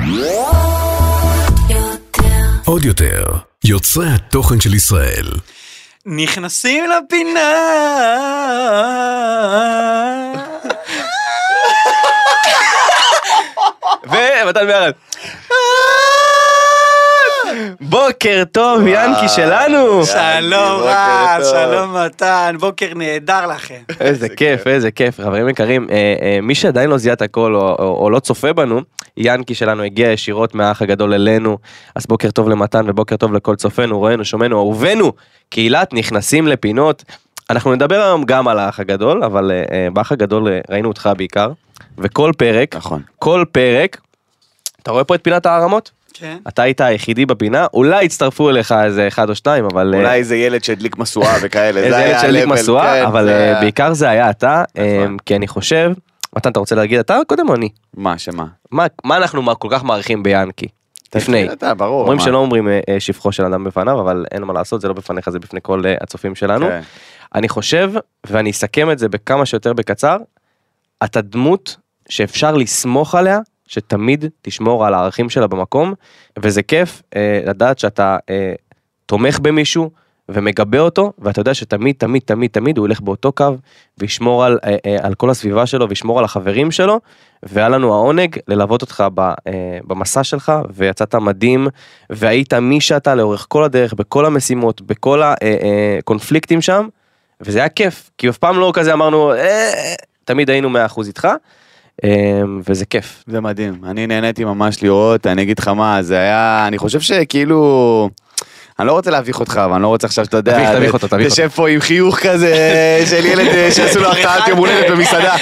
עוד יותר, יוצרי התוכן של ישראל. נכנסים לפינה. ומתן ביחד. בוקר טוב, ינקי שלנו. שלום רב, שלום מתן, בוקר נהדר לכם. איזה כיף, איזה כיף. חברים יקרים, מי שעדיין לא זיהה את הכל או לא צופה בנו, ינקי שלנו הגיע ישירות מהאח הגדול אלינו, אז בוקר טוב למתן ובוקר טוב לכל צופנו, רואינו, שומענו, אהובנו, קהילת נכנסים לפינות. אנחנו נדבר היום גם על האח הגדול, אבל באח הגדול ראינו אותך בעיקר, וכל פרק, נכון. כל פרק, אתה רואה פה את פינת הערמות? כן. אתה היית היחידי בפינה, אולי הצטרפו אליך איזה אחד או שניים, אבל... אולי איזה ילד שהדליק משואה וכאלה, איזה ילד שהדליק משואה, אבל בעיקר זה היה אתה, כי אני חושב, מתן, אתה רוצה להגיד אתה קודם או אני? מה, שמה? מה אנחנו כל כך מעריכים ביאנקי? לפני. אתה, ברור. אומרים שלא אומרים שבחו של אדם בפניו, אבל אין מה לעשות, זה לא בפניך, זה בפני כל הצופים שלנו. אני חושב, ואני אסכם את זה בכמה שיותר בקצר, אתה דמות שאפשר לסמוך עליה, שתמיד תשמור על הערכים שלה במקום, וזה כיף לדעת שאתה תומך במישהו, ומגבה אותו, ואתה יודע שתמיד, תמיד, תמיד, תמיד הוא ילך באותו קו, וישמור על כל הסביבה שלו, וישמור על החברים שלו, והיה לנו העונג ללוות אותך במסע שלך, ויצאת מדהים, והיית מי שאתה לאורך כל הדרך, בכל המשימות, בכל הקונפליקטים שם, וזה היה כיף, כי אף פעם לא כזה אמרנו, תמיד היינו 100% איתך, וזה כיף. זה מדהים, אני נהניתי ממש לראות, אני אגיד לך מה, זה היה, אני חושב שכאילו... אני לא רוצה להביך אותך, אבל אני לא רוצה עכשיו שאתה יודע, תשב פה עם חיוך כזה של ילד שעשו לו הרתעת יום הולדת במסעדה,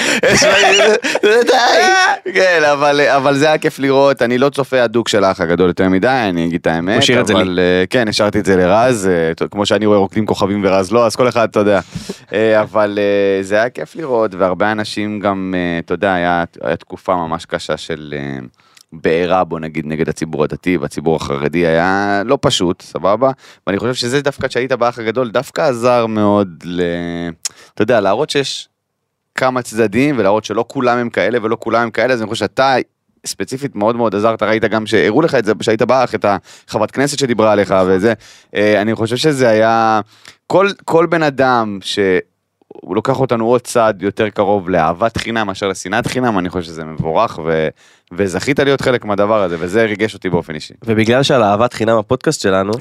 כן, אבל זה היה כיף לראות, אני לא צופה הדוק של האח הגדול יותר מדי, אני אגיד את האמת, אבל כן, השארתי את זה לרז, כמו שאני רואה רוקדים כוכבים ורז לא, אז כל אחד אתה יודע, אבל זה היה כיף לראות, והרבה אנשים גם, אתה יודע, היה תקופה ממש קשה של... בעירה, בוא נגיד, נגד הציבור הדתי, והציבור החרדי היה לא פשוט, סבבה? ואני חושב שזה דווקא שהיית באח הגדול, דווקא עזר מאוד אתה יודע, להראות שיש כמה צדדים, ולהראות שלא כולם הם כאלה, ולא כולם הם כאלה, אז אני חושב שאתה ספציפית מאוד מאוד עזרת, ראית גם שהראו לך את זה, שהיית באח, את החברת כנסת שדיברה עליך, וזה, אני חושב שזה היה, כל בן אדם הוא לוקח אותנו עוד צעד יותר קרוב לאהבת חינם מאשר לשנאת חינם, אני חושב שזה מבורך, וזכית להיות חלק מהדבר הזה, וזה ריגש אותי באופן אישי. ובגלל שעל אהבת חינם הפודקאסט שלנו,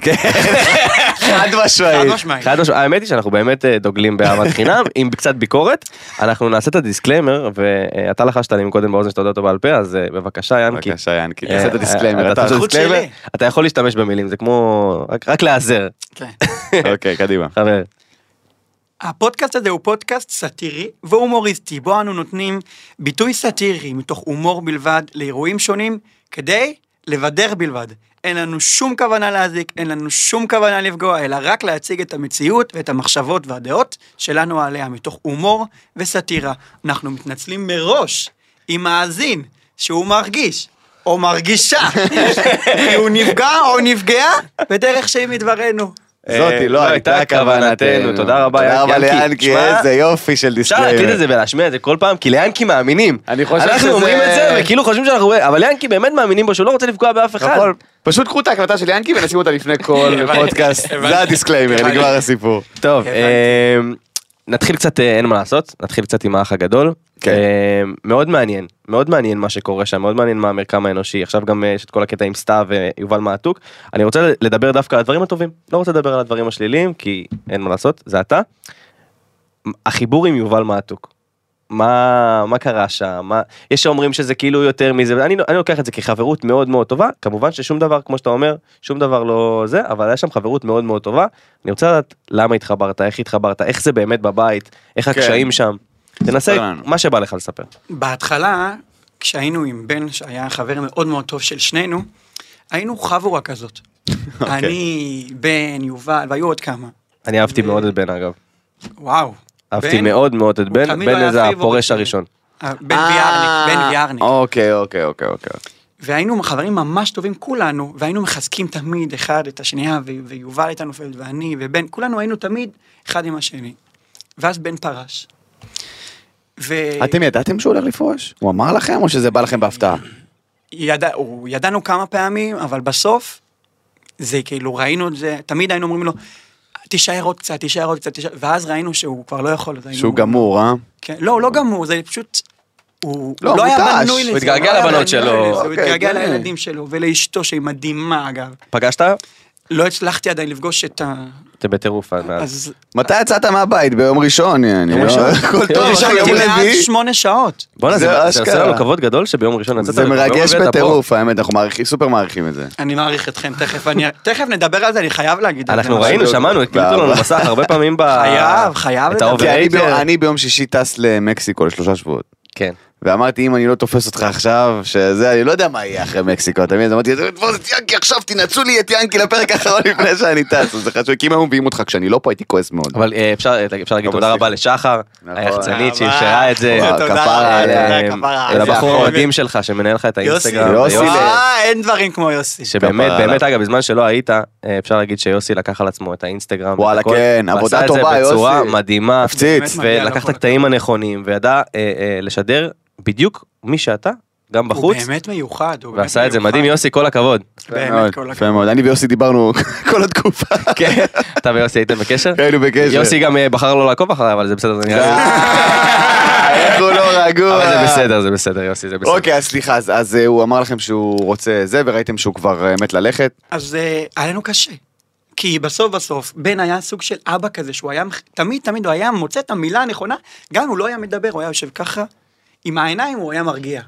חד משמעית. האמת היא שאנחנו באמת דוגלים באהבת חינם, עם קצת ביקורת, אנחנו נעשה את הדיסקליימר, ואתה לחשת לי מקודם באוזן שאתה יודע אותו בעל פה, אז בבקשה ינקי. בבקשה ינקי, תעשה את הדיסקליימר. אתה יכול להשתמש במילים, זה כמו, רק להיעזר. אוקיי, קדימה. חבר. הפודקאסט הזה הוא פודקאסט סאטירי והומוריסטי, בו אנו נותנים ביטוי סאטירי מתוך הומור בלבד לאירועים שונים, כדי לבדר בלבד. אין לנו שום כוונה להזיק, אין לנו שום כוונה לפגוע, אלא רק להציג את המציאות ואת המחשבות והדעות שלנו עליה, מתוך הומור וסאטירה. אנחנו מתנצלים מראש עם מאזין שהוא מרגיש, או מרגישה, כי הוא נפגע או נפגעה בדרך שהיא מדברנו. זאתי לא הייתה כוונתנו. תודה רבה ליאנקי, איזה יופי של דיסקליימר. אפשר להקליט את זה ולהשמיע את זה כל פעם, כי ליאנקי מאמינים. אנחנו אומרים את זה וכאילו חושבים שאנחנו... אבל ליאנקי באמת מאמינים בו שהוא לא רוצה לפגוע באף אחד. פשוט קחו את ההקלטה של ליאנקי ונשים אותה לפני כל פודקאסט. זה הדיסקליימר, נגמר הסיפור. טוב, נתחיל קצת, אין מה לעשות, נתחיל קצת עם האח הגדול. מאוד מעניין, מאוד מעניין מה שקורה שם, מאוד מעניין מה המרקם האנושי, עכשיו גם יש את כל הקטע עם סתיו ויובל מעתוק, אני רוצה לדבר דווקא על הדברים הטובים, לא רוצה לדבר על הדברים השליליים, כי אין מה לעשות, זה אתה. החיבור עם יובל מעתוק, מה קרה שם, יש שאומרים שזה כאילו יותר מזה, אני לוקח את זה כחברות מאוד מאוד טובה, כמובן ששום דבר, כמו שאתה אומר, שום דבר לא זה, אבל היה שם חברות מאוד מאוד טובה, אני רוצה לדעת למה התחברת, איך התחברת, איך זה באמת בבית, איך הקשיים שם. תנסה מה שבא לך לספר. בהתחלה, כשהיינו עם בן שהיה חבר מאוד מאוד טוב של שנינו, היינו חבורה כזאת. אני, בן, יובל, והיו עוד כמה. אני אהבתי מאוד את בן אגב. וואו. אהבתי מאוד מאוד את בן, בן זה הפורש הראשון. בן ויארניק. אוקיי. והיינו חברים ממש טובים כולנו, והיינו מחזקים תמיד אחד את השנייה, ויובל הייתה נופלת, ואני ובן, כולנו היינו תמיד אחד עם השני. ואז בן פרש. אתם ידעתם שהוא הולך לפרוש? הוא אמר לכם או שזה בא לכם בהפתעה? ידענו כמה פעמים, אבל בסוף, זה כאילו, ראינו את זה, תמיד היינו אומרים לו, תישאר עוד קצת, ואז ראינו שהוא כבר לא יכול. שהוא גמור, אה? כן, לא גמור, זה פשוט, הוא לא היה בנוי לזה. הוא התגעגע לבנות שלו. הוא התגעגע לילדים שלו, ולאשתו שהיא מדהימה, אגב. פגשת? לא הצלחתי עדיין לפגוש את ה... אתה בטירוף מאז. מתי יצאת מהבית? ביום ראשון? יום ראשון. כל טוב, ישבתי מעט 8 שעות. בוא'נה, זה עושה לנו כבוד גדול שביום ראשון... זה מרגש בטירוף, האמת, אנחנו סופר מעריכים את זה. אני מעריך אתכם, תכף נדבר על זה, אני חייב להגיד. אנחנו ראינו, שמענו, הקליטו לנו מסך הרבה פעמים חייב. אני ביום שישי טס למקסיקו ל3 שבועות. כן. ואמרתי, אם אני לא תופס אותך עכשיו, שזה, אני לא יודע מה יהיה אחרי מקסיקו, תמיד, אמרתי, תפוס את ינקי עכשיו, תנצו לי את ינקי לפרק האחרון לפני שאני טס, זה חשוב, כי אם הם מביאים אותך, כשאני לא פה הייתי כועס מאוד. אבל אפשר להגיד תודה רבה לשחר, היחצנית שאפשרה את זה, כפרה לבחור המדהים שלך, שמנהל לך את האינסטגרם. אין דברים כמו יוסי. שבאמת, באמת, אגב, בזמן שלא היית, אפשר להגיד שיוסי לקח על עצמו את האינסטגרם. וואלה, כן, עבודה טובה, יוסי. בצורה מדהימה, ולקח את הקטעים הנכונים, וידע לשדר בדיוק מי שאתה, גם בחוץ. הוא באמת מיוחד. ועשה את זה מדהים, יוסי, כל הכבוד. באמת כל הכבוד. יפה מאוד, אני ויוסי דיברנו כל התקופה. כן, אתה ויוסי הייתם בקשר? היינו בקשר. יוסי גם בחר לא לעקוב אחריי, אבל זה בסדר, זה נראה לי. איך הוא לא רגוע. אבל זה בסדר, יוסי, זה בסדר. אוקיי, אז סליחה, אז הוא אמר לכם שהוא רוצה זה, וראיתם שהוא כבר מת ללכת? אז היה לנו קשה. כי בסוף, בן היה סוג של אבא כזה, שהוא היה, תמיד הוא היה מוצא את המילה הנכונה, גם הוא לא היה מדבר, הוא היה יושב ככה, עם העיניים הוא היה מרגיע.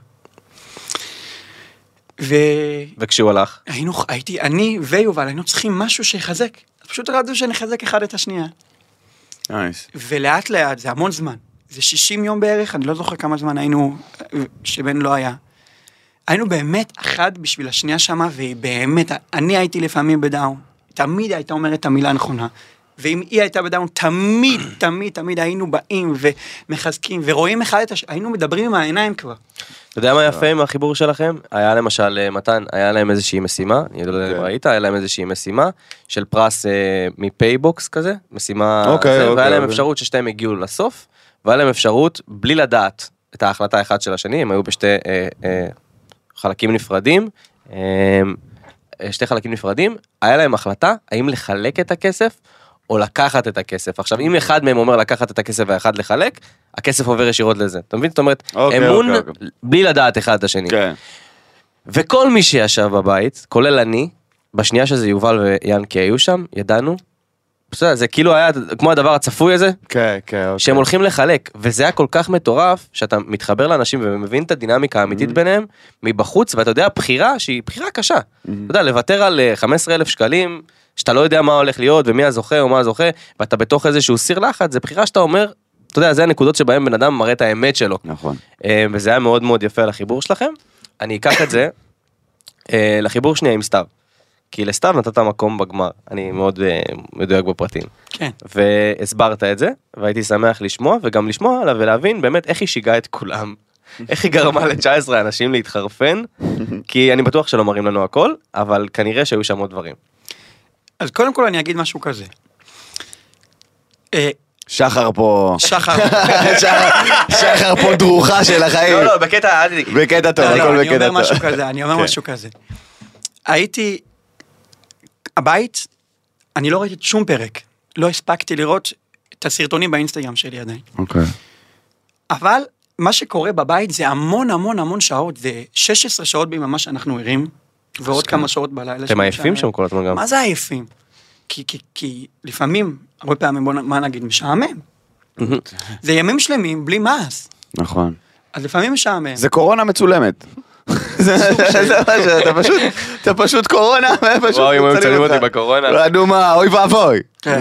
וכשהוא הלך? אני ויובל, היינו צריכים משהו שיחזק. פשוט רצו שנחזק אחד את השנייה. ולאט לאט, זה המון זמן. זה 60 יום בערך, אני לא זוכר כמה זמן היינו, שבן לא היה. היינו באמת אחד בשביל השנייה שמה, ובאמת, אני הייתי לפעמים בדאון. תמיד הייתה אומרת את המילה הנכונה. ואם היא הייתה בדאון, תמיד היינו באים ומחזקים, ורואים אחד את היינו מדברים עם העיניים כבר. אתה יודע מה יפה עם החיבור שלכם? היה למשל, מתן, היה להם איזושהי משימה, אני לא יודע אם ראית, היה להם איזושהי משימה של פרס מפייבוקס כזה, משימה, והיה להם אפשרות ששתיהם הגיעו לסוף, והיה להם אפשרות, בלי לדעת את ההחלטה אחד של השני, הם היו בשתי חלקים נפרדים, היה להם החלטה, האם לחלק את הכסף, או לקחת את הכסף. עכשיו, אם אחד מהם אומר לקחת את הכסף ואחד לחלק, הכסף עובר ישירות לזה. אתה מבין? זאת אומרת, אמון בלי לדעת אחד את השני. וכל מי שישב בבית, כולל אני, בשנייה שזה יובל ויאנקי היו שם, ידענו, זה כאילו היה כמו הדבר הצפוי הזה, שהם הולכים לחלק, וזה היה כל כך מטורף, שאתה מתחבר לאנשים ומבין את הדינמיקה האמיתית ביניהם, מבחוץ, ואתה יודע, בחירה שהיא בחירה קשה. אתה יודע, לוותר על 15,000 שקלים, שאתה לא יודע מה הולך להיות, ומי הזוכה או מה הזוכה, ואתה בתוך איזשהו סיר לחץ, זה בחירה שאתה אומר, אתה יודע, זה הנקודות שבהם בן אדם מראה את האמת שלו. נכון. וזה היה מאוד מאוד יפה לחיבור שלכם. אני אקח את זה לחיבור שנייה עם סתיו. כי לסתיו נתת מקום בגמר. אני מאוד מדויק בפרטים. כן. והסברת את זה, והייתי שמח לשמוע, וגם לשמוע עליו ולהבין באמת איך היא שיגעה את כולם. איך היא גרמה ל-19 אנשים להתחרפן, כי אני בטוח שלא מראים לנו הכל, אבל כנראה שהיו שם עוד דברים. אז קודם כל אני אגיד משהו כזה. שחר פה. שחר פה דרוכה של החיים. לא, בקטע טוב, הכל בקטע טוב. אני אומר משהו כזה. הייתי, הבית, אני לא ראיתי שום פרק. לא הספקתי לראות את הסרטונים באינסטגרם שלי עדיין. אוקיי. אבל מה שקורה בבית זה המון שעות, זה 16 שעות ביממה שאנחנו ערים, ועוד כמה שעות בלילה. אתם עייפים שם כל הזמן גם. מה זה עייפים? כי לפעמים, הרבה פעמים, מה נגיד, משעמם. זה ימים שלמים בלי מס. נכון. אז לפעמים משעמם. זה קורונה מצולמת. אתה פשוט קורונה. וואו, אם היו מצלמים אותי בקורונה. נו מה, אוי ואבוי.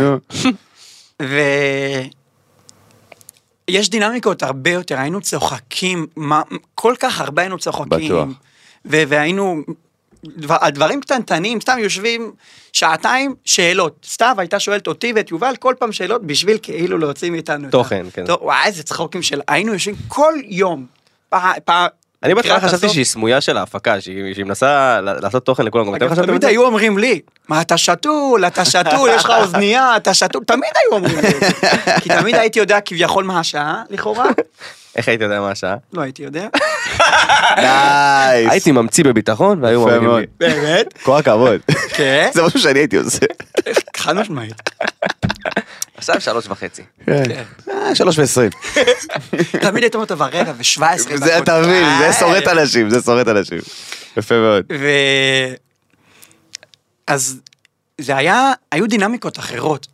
יש דינמיקות הרבה יותר, היינו צוחקים, כל כך הרבה היינו צוחקים. והיינו... הדברים קטנטנים, סתם יושבים שעתיים שאלות. סתיו הייתה שואלת אותי ואת יובל כל פעם שאלות בשביל כאילו להוציא מאיתנו. תוכן, כן. וואי, איזה צחוקים של... היינו יושבים כל יום. אני בהתחלה חשבתי שהיא סמויה של ההפקה, שהיא מנסה לעשות תוכן לכולם. תמיד היו אומרים לי, מה אתה שתול, יש לך אוזנייה, אתה שתול, תמיד היו אומרים לי. כי תמיד הייתי יודע כביכול מה השעה, לכאורה. איך הייתי יודע מה השעה? לא הייתי יודע. נייס. הייתי ממציא בביטחון, והיו מאמינים לי. באמת? כל הכבוד. כן? זה משהו שאני הייתי עושה. חד משמעית. עכשיו 3:30. 3:20. תמיד הייתם אותו ורבע ו17 דקות. זה אתה מבין, זה שורט אנשים, זה שורט אנשים. יפה מאוד. אז זה היו דינמיקות אחרות,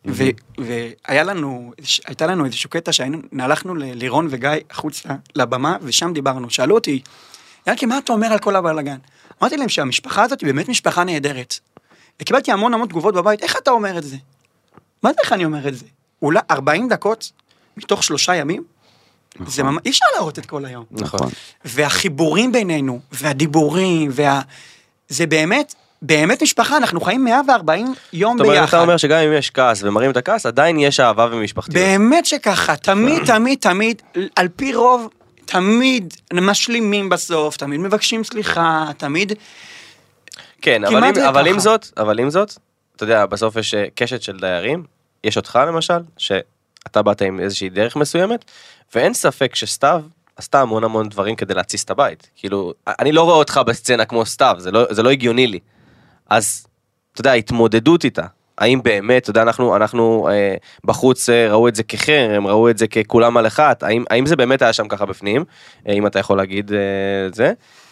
והייתה לנו איזשהו קטע שהלכנו לירון וגיא החוצה לבמה, ושם דיברנו, שאלו אותי, ינקי, מה אתה אומר על כל הבלגן? אמרתי להם שהמשפחה הזאת היא באמת משפחה נהדרת, וקיבלתי המון תגובות בבית, איך אתה אומר את זה? מה זה איך אני אומר את זה? אולי 40 דקות מתוך 3 ימים? זה ממש, אי אפשר להראות את כל היום. נכון. והחיבורים בינינו, והדיבורים, זה באמת משפחה, אנחנו חיים 140 יום ביחד. זאת אומרת, אתה אומר שגם אם יש כעס ומראים את הכעס, עדיין יש אהבה ומשפחתיות. באמת שככה, תמיד, על פי רוב, תמיד משלימים בסוף, תמיד מבקשים סליחה, תמיד... כן, אבל עם זאת, אתה יודע, בסוף יש קשת של דיירים, יש אותך למשל, שאתה באת עם איזושהי דרך מסוימת, ואין ספק שסתיו עשתה המון דברים כדי להציס את הבית. כאילו, אני לא רואה אותך בסצנה כמו סתיו, זה לא הגיוני לי. אז, אתה יודע, התמודדות איתה, האם באמת, אתה יודע, אנחנו בחוץ ראו את זה כחרם, ראו את זה ככולם על אחת, האם זה באמת היה שם ככה בפנים, אם אתה יכול להגיד את זה,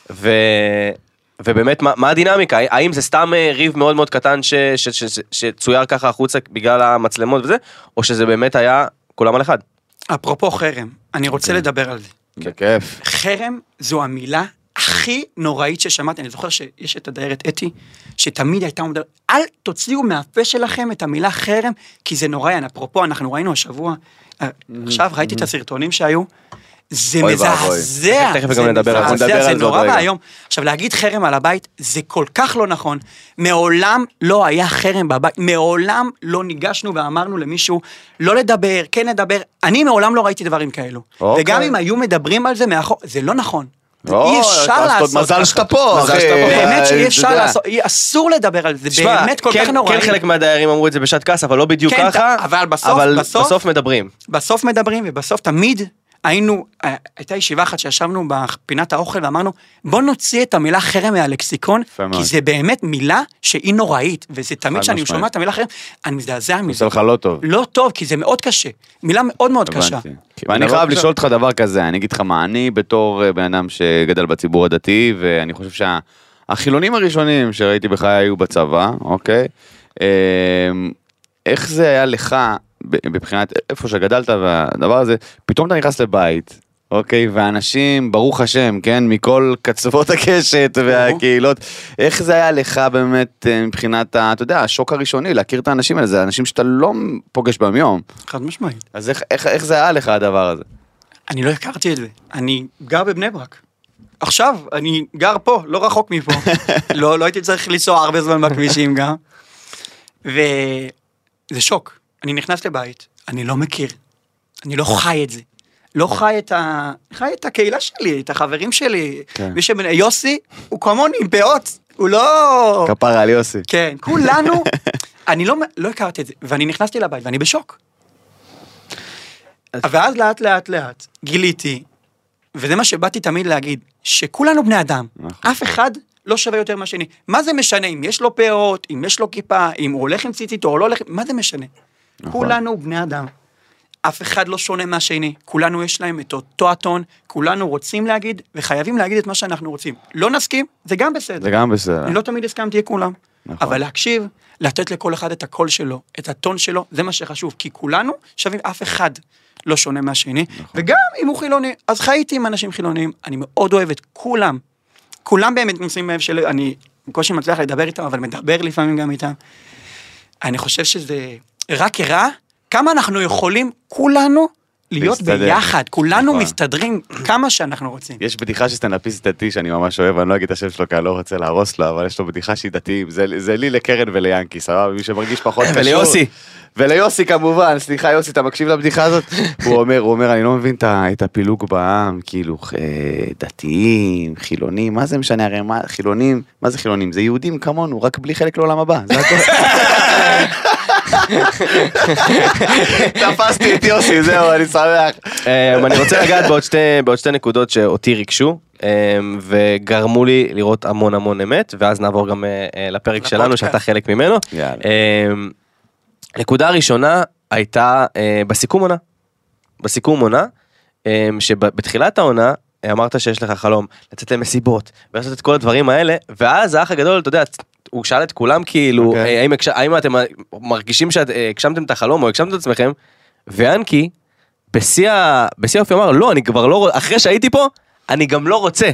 ובאמת, מה הדינמיקה? האם זה סתם ריב מאוד מאוד קטן שצויר ככה החוצה בגלל המצלמות וזה, או שזה באמת היה כולם על אחד? אפרופו חרם, אני רוצה לדבר על זה. בכיף. חרם זו המילה הכי נוראית ששמעתי, אני זוכר שיש את הדיירת אתי, שתמיד הייתה אומרת, אל תוציאו מהפה שלכם את המילה חרם, כי זה נוראי, אפרופו, אנחנו ראינו השבוע, עכשיו ראיתי את הסרטונים שהיו, זה מזעזע, זה נורא והיום. עכשיו להגיד חרם על הבית, זה כל כך לא נכון, מעולם לא היה חרם בבית, מעולם לא ניגשנו ואמרנו למישהו, לא לדבר, כן לדבר, אני מעולם לא ראיתי דברים כאלו, וגם אם היו מדברים על זה מאחור, זה לא נכון. אי אפשר לעשות. מזל שאתה פה, אחי. באמת שאי אפשר לעשות, אסור לדבר על זה, באמת כל כך נורא. כן חלק מהדיירים אמרו את זה בשעת כעס, אבל לא בדיוק ככה, אבל בסוף מדברים. בסוף מדברים, ובסוף תמיד הייתה ישיבה אחת שישבנו בפינת האוכל ואמרנו, בוא נוציא את המילה חרם מהלקסיקון, כי זה באמת מילה שהיא נוראית, וזה תמיד שאני שומע את המילה חרם, אני מזדעזע מזה. עושה לך לא טוב. לא טוב, כי זה מאוד קשה. מילה מאוד מאוד קשה. ואני חייב לשאול אותך דבר כזה, אני אגיד לך מה, אני בתור בן אדם שגדל בציבור הדתי, ואני חושב שהחילונים הראשונים שראיתי בחיי היו בצבא, אוקיי? איך זה היה לך, בבחינת איפה שגדלת והדבר הזה, פתאום אתה נכנס לבית, אוקיי, ואנשים, ברוך השם, כן, מכל קצוות הקשת והקהילות, איך זה היה לך באמת מבחינת, אתה יודע, השוק הראשוני, להכיר את האנשים האלה, זה אנשים שאתה לא פוגש בהם יום. חד משמעית. אז איך זה היה לך הדבר הזה? אני לא הכרתי את זה, אני גר בבני ברק. עכשיו, אני גר פה, לא רחוק מפה. לא הייתי צריך לנסוע הרבה זמן בכבישים גם. וזה שוק. אני נכנס לבית, אני לא מכיר, אני לא חי את זה, לא חי את הקהילה שלי, את החברים שלי, יוסי הוא כמוני עם פאות, הוא לא... כפרה על יוסי. כן, כולנו, אני לא הכרתי את זה, ואני נכנסתי לבית ואני בשוק. ואז לאט גיליתי, וזה מה שבאתי תמיד להגיד, שכולנו בני אדם, אף אחד לא שווה יותר מהשני. מה זה משנה אם יש לו פאות, אם יש לו כיפה, אם הוא הולך עם ציצית או לא הולך, מה זה משנה? כולנו בני אדם, אף אחד לא שונה מהשני, כולנו יש להם את אותו הטון, כולנו רוצים להגיד וחייבים להגיד את מה שאנחנו רוצים. לא נסכים, זה גם בסדר. זה גם בסדר. אני לא תמיד הסכמתי לכולם, אבל להקשיב, לתת לכל אחד את הקול שלו, את הטון שלו, זה מה שחשוב, כי כולנו שווים, אף אחד לא שונה מהשני, וגם אם הוא חילוני, אז חייתי עם אנשים חילוניים, אני מאוד אוהב את כולם, כולם באמת נמצאים מאיפה שלי, אני בקושי מצליח לדבר איתם, אבל מדבר לפעמים גם איתם. אני חושב שזה רק הראה, כמה אנחנו יכולים כולנו להיות ביחד, כולנו מסתדרים כמה שאנחנו רוצים. יש בדיחה שסטנדאפיסט דתי שאני ממש אוהב, אני לא אגיד את השם שלו כי אני לא רוצה להרוס לו, אבל יש לו בדיחה שהיא דתיים, זה לי לקרן וליאנקי, סבבה, מי שמרגיש פחות קשור. וליוסי. וליוסי כמובן, סליחה יוסי, אתה מקשיב לבדיחה הזאת? הוא אומר, אני לא מבין את הפילוג בעם, כאילו, דתיים, חילונים, מה זה משנה, הרי חילונים, מה זה חילונים? זה יהודים כמונו, רק בלי חלק לעולם הבא, זה הכל. תפסתי את יוסי, זהו, אני שמח. אני רוצה לגעת בעוד שתי נקודות שאותי ריגשו, וגרמו לי לראות המון המון אמת, ואז נעבור גם לפרק שלנו, שאתה חלק ממנו. נקודה הראשונה הייתה בסיכום עונה, שבתחילת העונה, אמרת שיש לך חלום לצאת למסיבות, ולעשות את כל הדברים האלה, ואז האח הגדול, אתה יודע, הוא שאל את כולם כאילו, האם אתם מרגישים שהגשמתם את החלום, או הגשמתם את עצמכם, ויאנקי, בשיא האופי אמר, לא, אני כבר לא, אחרי שהייתי פה, אני גם לא רוצה.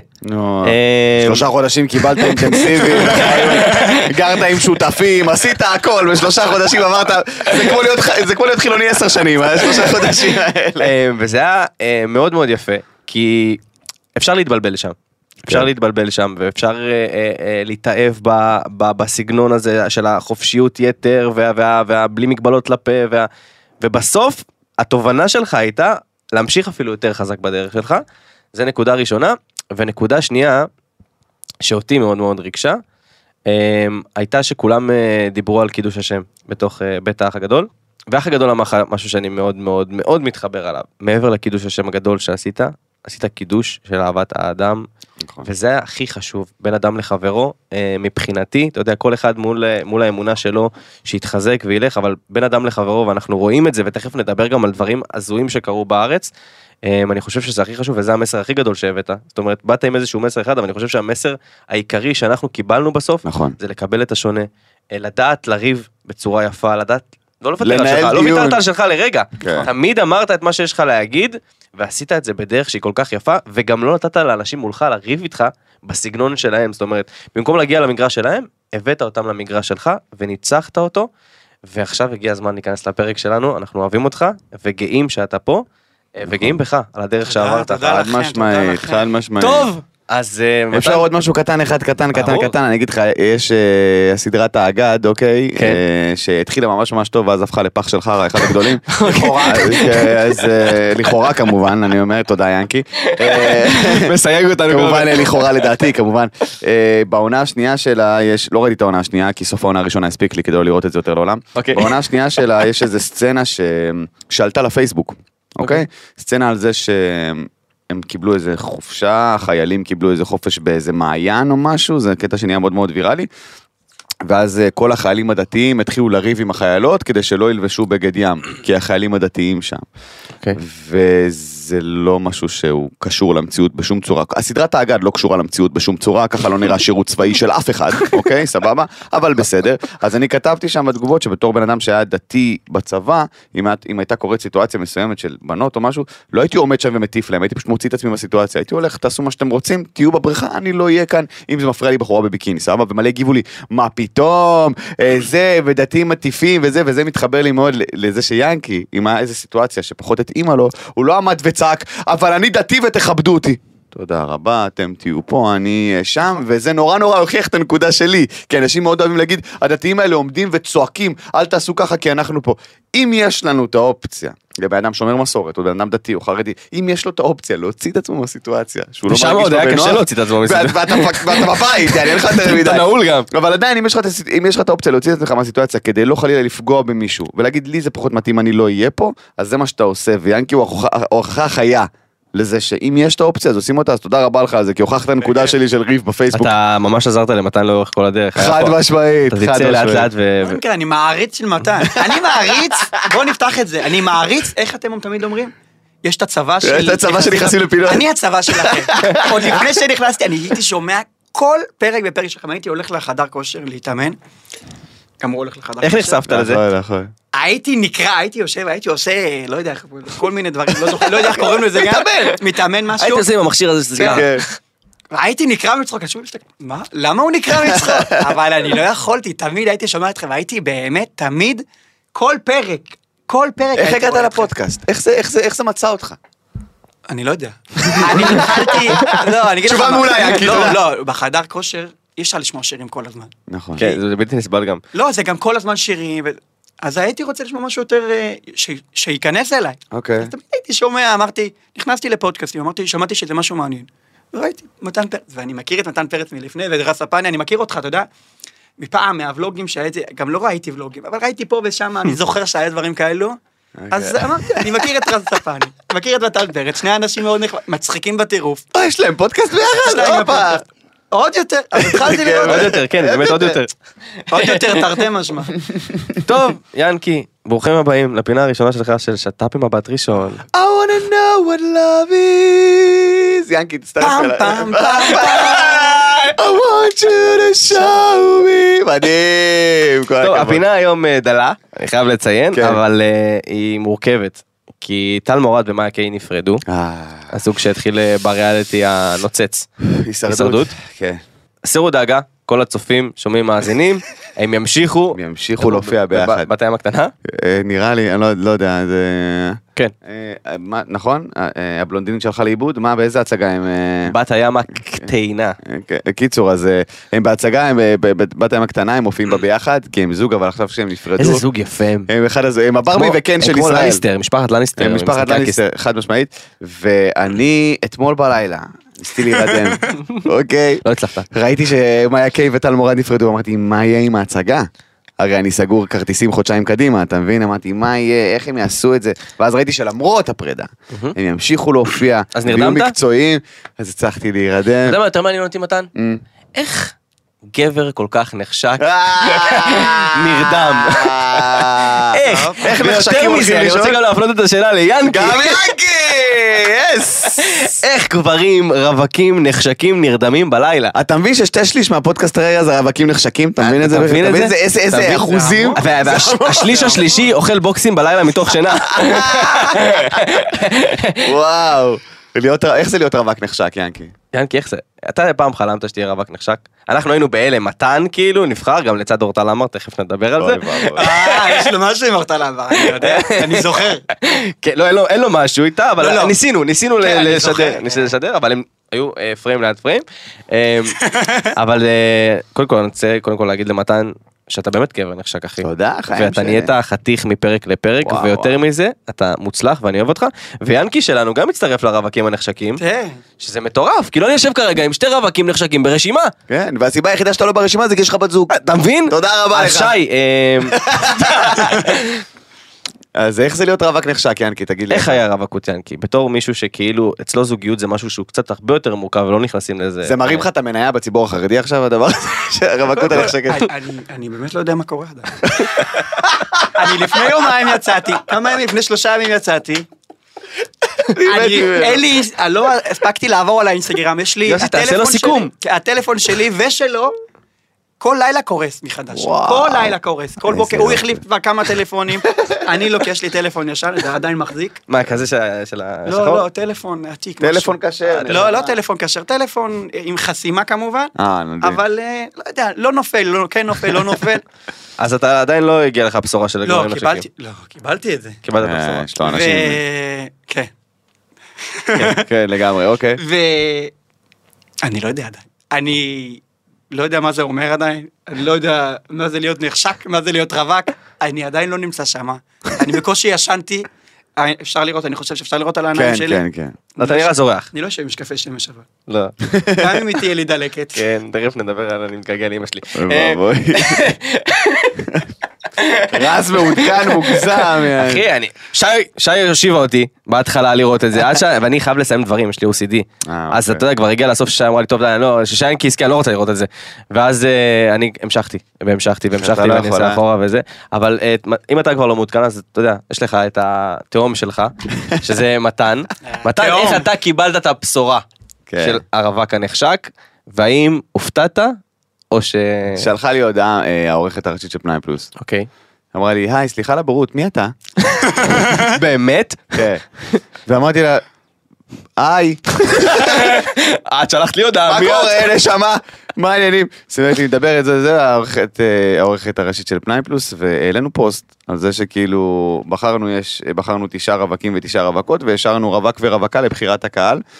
3 חודשים קיבלת אינטנסיבי, גרת עם שותפים, עשית הכל, ב3 חודשים אמרת, זה כמו להיות חילוני 10 שנים, 3 חודשים האלה. וזה היה מאוד מאוד יפה, כי אפשר להתבלבל שם. אפשר להתבלבל שם, ואפשר להתאהב בסגנון הזה של החופשיות יתר, ובלי מגבלות לפה, ובסוף, התובנה שלך הייתה להמשיך אפילו יותר חזק בדרך שלך. זה נקודה ראשונה, ונקודה שנייה, שאותי מאוד מאוד ריגשה, הייתה שכולם דיברו על קידוש השם בתוך בית האח הגדול, והאח הגדול אמר משהו שאני מאוד מאוד מאוד מתחבר עליו. מעבר לקידוש השם הגדול שעשית, עשית קידוש של אהבת האדם, וזה הכי חשוב, בין אדם לחברו, מבחינתי, אתה יודע, כל אחד מול האמונה שלו, שיתחזק וילך, אבל בין אדם לחברו, ואנחנו רואים את זה, ותכף נדבר גם על דברים הזויים שקרו בארץ, אני חושב שזה הכי חשוב, וזה המסר הכי גדול שהבאת, זאת אומרת, באת עם איזשהו מסר אחד, אבל אני חושב שהמסר העיקרי שאנחנו קיבלנו בסוף, זה לקבל את השונה, לדעת לריב בצורה יפה, לדעת, לא לוותר על שלך, לא ויתרת על שלך לרגע, תמיד אמרת את מה שיש לך להגיד, ועשית את זה בדרך שהיא כל כך יפה, וגם לא נתת לאנשים מולך לריב איתך בסגנון שלהם, זאת אומרת, במקום להגיע למגרש שלהם, הבאת אותם למגרש שלך, וניצחת אותו, ועכשיו הגיע הזמן להיכנס לפרק שלנו, אנחנו אוהבים אותך, וגאים שאתה פה, וגאים בך, על הדרך שעברת. חד משמעית, חד משמעית. טוב! אז אפשר עוד משהו קטן, אני אגיד לך, יש סדרת האגד, אוקיי, שהתחילה ממש ממש טוב, ואז הפכה לפח של חרא, אחד הגדולים. אז לכאורה כמובן, אני אומר, תודה ינקי. מסייג אותנו. כמובן, לכאורה לדעתי, כמובן. בעונה השנייה שלה, לא ראיתי את העונה השנייה, כי סוף העונה הראשונה הספיק לי כדי לא לראות את זה יותר לעולם. בעונה השנייה שלה יש איזו סצנה שעלתה לפייסבוק, אוקיי? סצנה על זה הם קיבלו איזה חופשה, החיילים קיבלו איזה חופש באיזה מעיין או משהו, זה קטע שנהיה מאוד מאוד ויראלי, ואז כל החיילים הדתיים התחילו לריב עם החיילות, כדי שלא ילבשו בגד ים, כי החיילים הדתיים שם. וזה לא משהו שהוא קשור למציאות בשום צורה. הסדרת האגד לא קשורה למציאות בשום צורה, ככה לא נראה שירות צבאי של אף אחד, אוקיי, סבבה? אבל בסדר. אז אני כתבתי שם בתגובות שבתור בן אדם שהיה דתי בצבא, אם הייתה קורית סיטואציה מסוימת של בנות או משהו, לא הייתי עומד שם ומטיף להם, הייתי פשוט מוציא את עצמי מהסיטואציה, הייתי הולך, תעשו מה שאתם רוצים, תהיו בבריכה, אני לא אהיה כאן, אם זה מפריע לי בחורה בביקיני, סבבה? ומלא הגיבו לי, מה פתאום, זה, ודתיים מטיפים וזה, וזה מתחבר לי מאוד לזה שיאנקי, עם איזה סיטואציה שפחות התאימה לו, הוא לא עמד וצעק, אבל אני דתי ותכבדו אותי. תודה רבה, אתם תהיו פה, אני שם, וזה נורא נורא הוכיח את הנקודה שלי, כי אנשים מאוד אוהבים להגיד, הדתיים האלה עומדים וצועקים, אל תעשו ככה כי אנחנו פה. אם יש לנו את האופציה, לבן אדם שומר מסורת, או בן אדם דתי או חרדי, אם יש לו את האופציה להוציא את עצמו מהסיטואציה, ושם עוד היה קשה להוציא את עצמו מהסיטואציה. ואתה בבית, אני אלך יותר מדי. אתה נעול גם. אבל עדיין, אם יש לך את האופציה להוציא את עצמך מהסיטואציה, כדי לא חלילה לפגוע במישהו, ולהגיד לי זה פחות מתאים, אני לא אהיה פה, אז זה מה שאתה עושה, ויאנקי הוא ההוכחה החיה לזה שאם יש את האופציה, אז עושים אותה, אז תודה רבה לך על זה, כי הוכחת הנקודה שלי של ריב בפייסבוק. אתה ממש עזרת למתן לאורך כל הדרך. חד משמעית. אתה תצא לאט לאט אני מעריץ של מתן. אני מעריץ, בואו נפתח את זה, אני מעריץ, איך אתם תמיד אומרים? יש את הצבא של... יש את הצבא שנכנסים לפינות. אני הצבא שלכם. עוד לפני שנכנסתי, אני הייתי שומע כל פרק בפרק שלכם, הייתי הולך לחדר כושר להתאמן. גם הוא הולך לחדר כושר. איך נחשפת לזה? הייתי נקרא, הייתי יושב, הייתי עושה, לא יודע, כל מיני דברים, לא יודע איך קוראים לזה גם, מתאמן משהו. הייתי עושה עם המכשיר הזה סליחה. הייתי נקרא מצחוק, מה? למה הוא נקרא מצחוק? אבל אני לא יכולתי, תמיד הייתי שומע אתכם, והייתי באמת תמיד, כל פרק. איך הגעת לפודקאסט? איך זה מצא אותך? אני לא יודע. אני התחלתי, לא, אני אגיד לך. תשובה מעולה, לא, בחדר כושר, אי אפשר לשמוע שירים כל הזמן. נכון. כן, זה בלתי נסבל גם. לא, זה גם כל הזמן שירים, אז הייתי רוצה לשמוע משהו יותר, שייכנס אליי. אוקיי. אז תמיד הייתי שומע, אמרתי, נכנסתי לפודקאסטים, שמעתי שזה משהו מעניין. וראיתי, מתן פרץ, ואני מכיר את מתן פרץ מלפני, ודרס הפני, אני מכיר אותך, אתה יודע? מפעם, מהוולוגים שהייתי, גם לא ראיתי ולוגים, אבל ראיתי פה ושם, אני זוכר שהיה דברים כאלו, אז אמרתי, אני מכיר את רז ספני, מכיר את מתן פרץ, שני אנשים מאוד מצחיקים בטירוף. יש להם פודקאסט ביחד, עוד יותר, אז התחלתי לראות. עוד יותר, כן, באמת עוד יותר. עוד יותר תרתי משמע. טוב, ינקי, ברוכים הבאים לפינה הראשונה שלך של שטאפ עם מבט ראשון. I wanna know what love is. ינקי, תצטרף אליי. פעם, פעם, I want you to show me. מדהים. טוב, הפינה היום דלה, אני חייב לציין, אבל היא מורכבת. כי טל מורד ומאיה קיי נפרדו, הסוג שהתחיל בריאליטי הנוצץ, הישרדות. סירו דאגה, כל הצופים, שומעים מאזינים, הם ימשיכו להופיע ביחד. בת הים הקטנה? נראה לי, אני לא יודע, זה... כן. נכון? הבלונדינית שלך לאיבוד? מה, באיזה הצגה הם... בת הים הקטנה. קיצור, אז הם בהצגה, בת הים הקטנה, הם מופיעים בה ביחד, כי הם זוג, אבל עכשיו שהם נפרדו. איזה זוג יפה הם. הם הברבי וקן של ישראל. כמו לניסטר, משפחת לניסטר. משפחת לניסטר, חד משמעית. ואני אתמול בלילה, ניסיתי להירדם, אוקיי. לא הצלחת. ראיתי שמאיה קיי וטל מורד נפרדו, אמרתי, מה יהיה עם ההצגה? הרי אני סגור כרטיסים חודשיים קדימה, אתה מבין? אמרתי, מה יהיה, איך הם יעשו את זה? ואז ראיתי שלמרות הפרידה, הם ימשיכו להופיע. אז נרדמת? מקצועיים, אז הצלחתי להירדם. אתה יודע מה, יותר מעניין אותי מתן? איך גבר כל כך נחשק נרדם? איך נחשקים מזה? אני רוצה גם להפנות את השאלה ליאנקי. גם יאנקי! יס! איך גברים רווקים נחשקים נרדמים בלילה? אתה מבין ששתי שליש מהפודקאסט רגע זה רווקים נחשקים? אתה מבין את זה? אתה מבין את זה? איזה אחוזים? והשליש השלישי אוכל בוקסים בלילה מתוך שינה. וואו. איך זה להיות רווק נחשק, ינקי? ינקי, איך זה? אתה פעם חלמת שתהיה רווק נחשק? אנחנו היינו בהלם, מתן כאילו, נבחר גם לצד אורטל אמר, תכף נדבר על זה. יש לו משהו עם אורטל אמר, אני יודע, אני זוכר. לא, אין לו משהו איתה, אבל ניסינו לשדר, אבל הם היו פריים ליד פריים. אבל קודם כל, אני רוצה קודם כל להגיד למתן, שאתה באמת גבר נחשק, אחי. תודה, חיים. ואתה נהיית חתיך מפרק לפרק, ויותר מזה, אתה מוצלח ואני אוהב אותך. ויאנקי שלנו גם מצטרף לרווקים הנחשקים, שזה מטורף, כי לא אני יושב כרגע עם שתי רווקים נחשקים ברשימה. כן, והסיבה היחידה שאתה לא ברשימה זה כי יש לך בת זוג. אתה מבין? תודה רבה לך. שי, אז איך זה להיות רווק נחשק, ינקי, תגיד לי. איך היה רווקות, ינקי? בתור מישהו שכאילו, אצלו זוגיות זה משהו שהוא קצת הרבה יותר מורכב, ולא נכנסים לזה. זה מרים לך את המניה בציבור החרדי עכשיו, הדבר הזה, שהרווקות הנחשקת. אני באמת לא יודע מה קורה עדיין. אני לפני יומיים יצאתי, כמה ימים, לפני 3 ימים יצאתי. לא הספקתי לעבור על האינסטגרם, יש לי הטלפון שלי ושלו, כל לילה קורס מחדש, כל לילה קורס, כל בוקר, הוא החליף כבר כמה טלפונים, אני לא, כי יש לי טלפון ישן, זה עדיין מחזיק. מה, כזה של השחור? לא, טלפון עתיק. טלפון כשר. לא טלפון כשר, טלפון עם חסימה כמובן, אבל לא יודע, לא נופל, כן נופל, לא נופל. אז אתה עדיין לא הגיע לך בשורה של הגברים נחשקים. לא, קיבלתי את זה. קיבלת את הבשורה. יש לו אנשים. כן. כן, לגמרי, אוקיי. אני לא יודע עדיין. אני לא יודע מה זה אומר עדיין, אני לא יודע מה זה להיות נחשק, מה זה להיות רווק, אני עדיין לא נמצא שם. אני בקושי ישנתי, אפשר לראות, אני חושב שאפשר לראות על העיניים שלי. כן, כן, כן. אתה נראה זורח. אני לא יושב עם משקפי שמש אבל. לא. גם אם תהיה לי דלקת. כן, תכף נדבר על אני מתגעגע לאמא שלי. רז מעודכן מוגזם. אחי, שי הושיבה אותי בהתחלה לראות את זה, ואני חייב לסיים דברים, יש לי OCD. אז אתה יודע, כבר הגיע לסוף ששי אמרה לי, טוב, ששי כי אני לא רוצה לראות את זה. ואז אני המשכתי, ואני אעשה אחורה וזה. אבל אם אתה כבר לא מעודכן, אז אתה יודע, יש לך את התאום שלך, שזה מתן. מתן, איך אתה קיבלת את הבשורה של הרווק הנחשק, והאם הופתעת? או שלחה לי הודעה, העורכת הראשית של פנאי פלוס. אוקיי. אמרה לי, היי, סליחה לבורות, מי אתה? באמת? כן. ואמרתי לה, היי. את שלחת לי הודעה. מה קורה, נשמה? מה העניינים? סימנת לי, מדבר את זה, העורכת הראשית של פנאי פלוס, והעלינו פוסט על זה שכאילו בחרנו 9 רווקים ו9 רווקות, והשארנו רווק ורווקה לבחירת הקהל.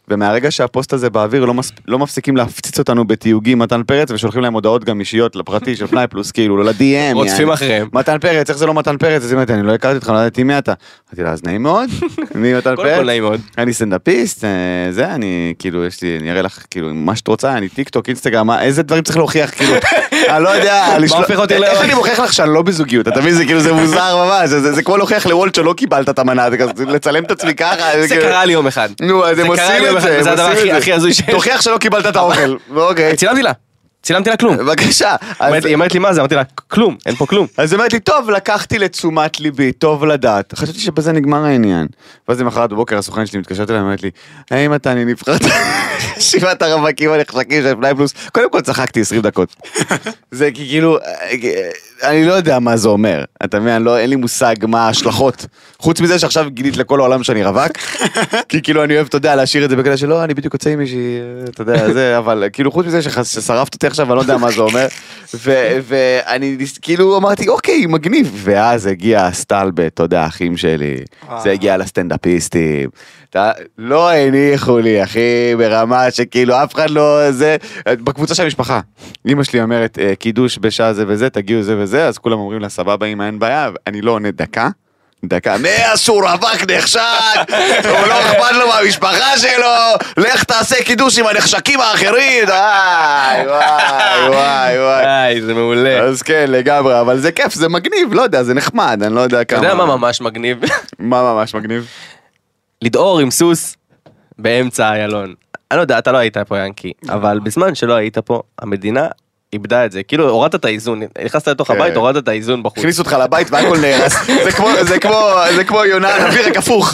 ומהרגע שהפוסט הזה באוויר לא מפסיקים להפציץ אותנו בתיוגים מתן פרץ, ושולחים להם הודעות גם אישיות לפרטי של פנאי פלוס, כאילו, לא ל-DM. רוצפים אחריהם. מתן פרץ, איך זה לא מתן פרץ? אז אמרתי, אני לא הכרתי אותך, לא ידעתי מי אתה. אמרתי לה, אז נעים מאוד, מי מתן פרץ? כל נעים מאוד. אני סטנדאפיסט, זה, אני, כאילו, יש לי, אני אראה לך, כאילו, מה שאת רוצה, אני טיק טוק, אינסטגרם, איזה דברים צריך להוכיח, כאילו, אני לא יודע, איך אני מוכיח לך שאני לא בזוגיות, אתה מבין, זה כאילו, זה מוזר ממש, זה כמו להוכיח לוולט שלא קיבלת את המנה, לצלם את עצמי ככה. זה קרה לי יום אחד. נו, אז הם עושים את זה. זה הדבר הכי הזוי שיש. תוכיח שלא קיבלת את האוכל. אוקיי. צילמתי לה כלום. בבקשה. היא אומרת לי מה זה? אמרתי לה כלום, אין פה כלום. אז היא אומרת לי, טוב, לקחתי לתשומת ליבי, טוב לדעת. חשבתי שבזה נגמר העניין. ואז למחרת בבוקר הסוכן שלי מתקשרת אליי, אומרת לי, האם אתה אני נבחרת שבעת הרווקים הנחשקים של פנאי פלוס? קודם כל צחקתי 20 דקות. זה כאילו, אני לא יודע מה זה אומר. אתה מבין, אין לי מושג מה ההשלכות. חוץ מזה שעכשיו גילית לכל העולם שאני רווק, כי כאילו אני אוהב, אתה יודע, להשאיר את זה בקטע שלא, אני בדיוק יוצא עם מישהי, אתה יודע, זה, אבל כאילו חוץ מזה ששרפת אותי עכשיו, אני לא יודע מה זה אומר, ואני כאילו אמרתי, אוקיי, מגניב, ואז הגיע הסטלבט, אתה יודע, האחים שלי, זה הגיע לסטנדאפיסטים, לא הניחו לי, אחי, ברמה שכאילו אף אחד לא, זה, בקבוצה של המשפחה, אמא שלי אומרת, קידוש בשעה זה וזה, תגיעו זה וזה, אז כולם אומרים לה, סבבה, אמא, אין בעיה, אני לא עונה דקה, שהוא רווק נחשק, הוא לא אכפת לו מהמשפחה שלו, לך תעשה קידוש עם הנחשקים האחרים, וואי, זה מעולה. אז כן, לגמרי, אבל זה כיף, זה מגניב, לא יודע, זה נחמד, אני לא יודע כמה. אתה יודע מה ממש מגניב? מה ממש מגניב? לדאור עם סוס באמצע איילון. אני לא יודע, אתה לא היית פה ינקי, אבל בזמן שלא היית פה, המדינה איבדה את זה, כאילו הורדת את האיזון, נכנסת לתוך הבית, הורדת את האיזון בחוץ. הכניס אותך לבית והכל נהרס, זה כמו יונה, נביא רק הפוך.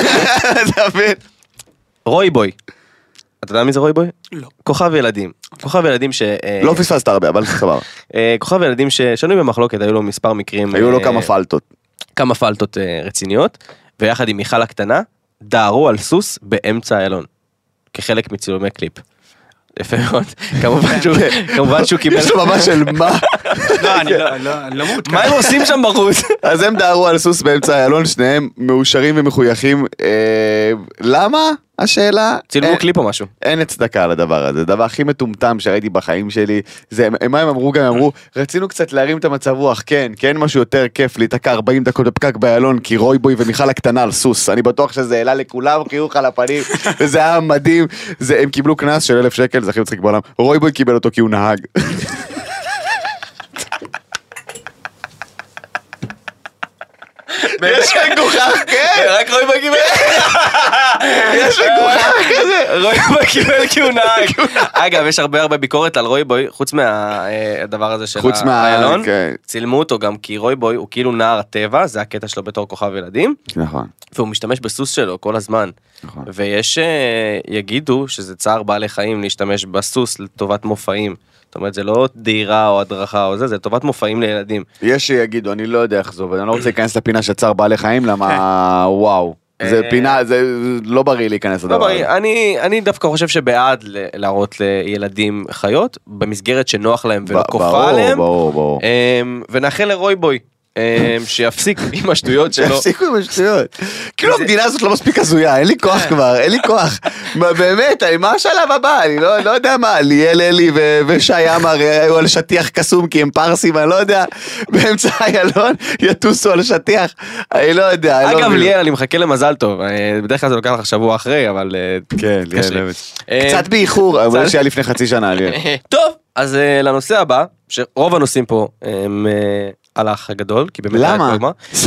רוי בוי. אתה יודע מי זה רוי בוי? לא. כוכב ילדים. כוכב ילדים לא פספסת הרבה, אבל סבבה. כוכב ילדים ששנוי במחלוקת, היו לו מספר מקרים. היו לו כמה פלטות. כמה פלטות רציניות, ויחד עם מיכל הקטנה, דהרו על סוס באמצע איילון. כחלק מצילומי קליפ. יפה מאוד, כמובן שהוא קיבל... יש לו ממש של מה? לא, אני לא מעודכן. מה הם עושים שם בחוץ? אז הם דהרו על סוס באמצע איילון, שניהם מאושרים ומחויכים. למה? השאלה... צילמו קליפ או משהו. אין הצדקה לדבר הזה, זה הדבר הכי מטומטם שראיתי בחיים שלי. מה הם אמרו? גם אמרו, רצינו קצת להרים את המצב רוח, כן, משהו יותר כיף להתקע 40 דקות בפקק באיילון, כי רוי בוי ומיכל הקטנה על סוס. אני בטוח שזה העלה לכולם חיוך על הפנים, וזה היה מדהים. הם קיבלו קנס של 1,000 שקל, זה הכי מצחיק בעולם. רוי בוי קיבל אותו כי הוא נהג. יש מגוחך, כן. רק רוי בוי קיבל. יש מגוחך כזה. רוי בוי קיבל כי הוא נהג. אגב, יש הרבה ביקורת על רוי בוי, חוץ מהדבר הזה של האיילון. צילמו אותו גם כי רוי בוי הוא כאילו נער הטבע, זה הקטע שלו בתור כוכב ילדים. נכון. והוא משתמש בסוס שלו כל הזמן. נכון. ויש יגידו שזה צער בעלי חיים להשתמש בסוס לטובת מופעים. זאת אומרת, זה לא דהירה או הדרכה או זה, זה לטובת מופעים לילדים. יש שיגידו, אני לא יודע איך זה עובד, אני לא רוצה להיכנס לפינה של צער בעלי חיים, למה וואו. זה פינה, זה לא בריא להיכנס לדבר. אני דווקא חושב שבעד להראות לילדים חיות, במסגרת שנוח להם ולא כופה עליהם. ברור. ונאחל לרוי בוי. שיפסיק עם השטויות שלו. שיפסיקו עם השטויות. כאילו המדינה הזאת לא מספיק הזויה, אין לי כוח כבר, אין לי כוח. באמת, מה השלב הבא? אני לא יודע מה, ליאל אלי ושי אמר היו על שטיח קסום כי הם פרסים, אני לא יודע, באמצע איילון יטוסו על שטיח, אני לא יודע. אגב, ליאל, אני מחכה למזל טוב, בדרך כלל זה לוקח לך שבוע אחרי, אבל... כן, ליאל, קצת באיחור, אבל שהיה לפני חצי שנה, ליאל. טוב, אז לנושא הבא, שרוב הנושאים פה הם... על האח הגדול, כי באמת... למה?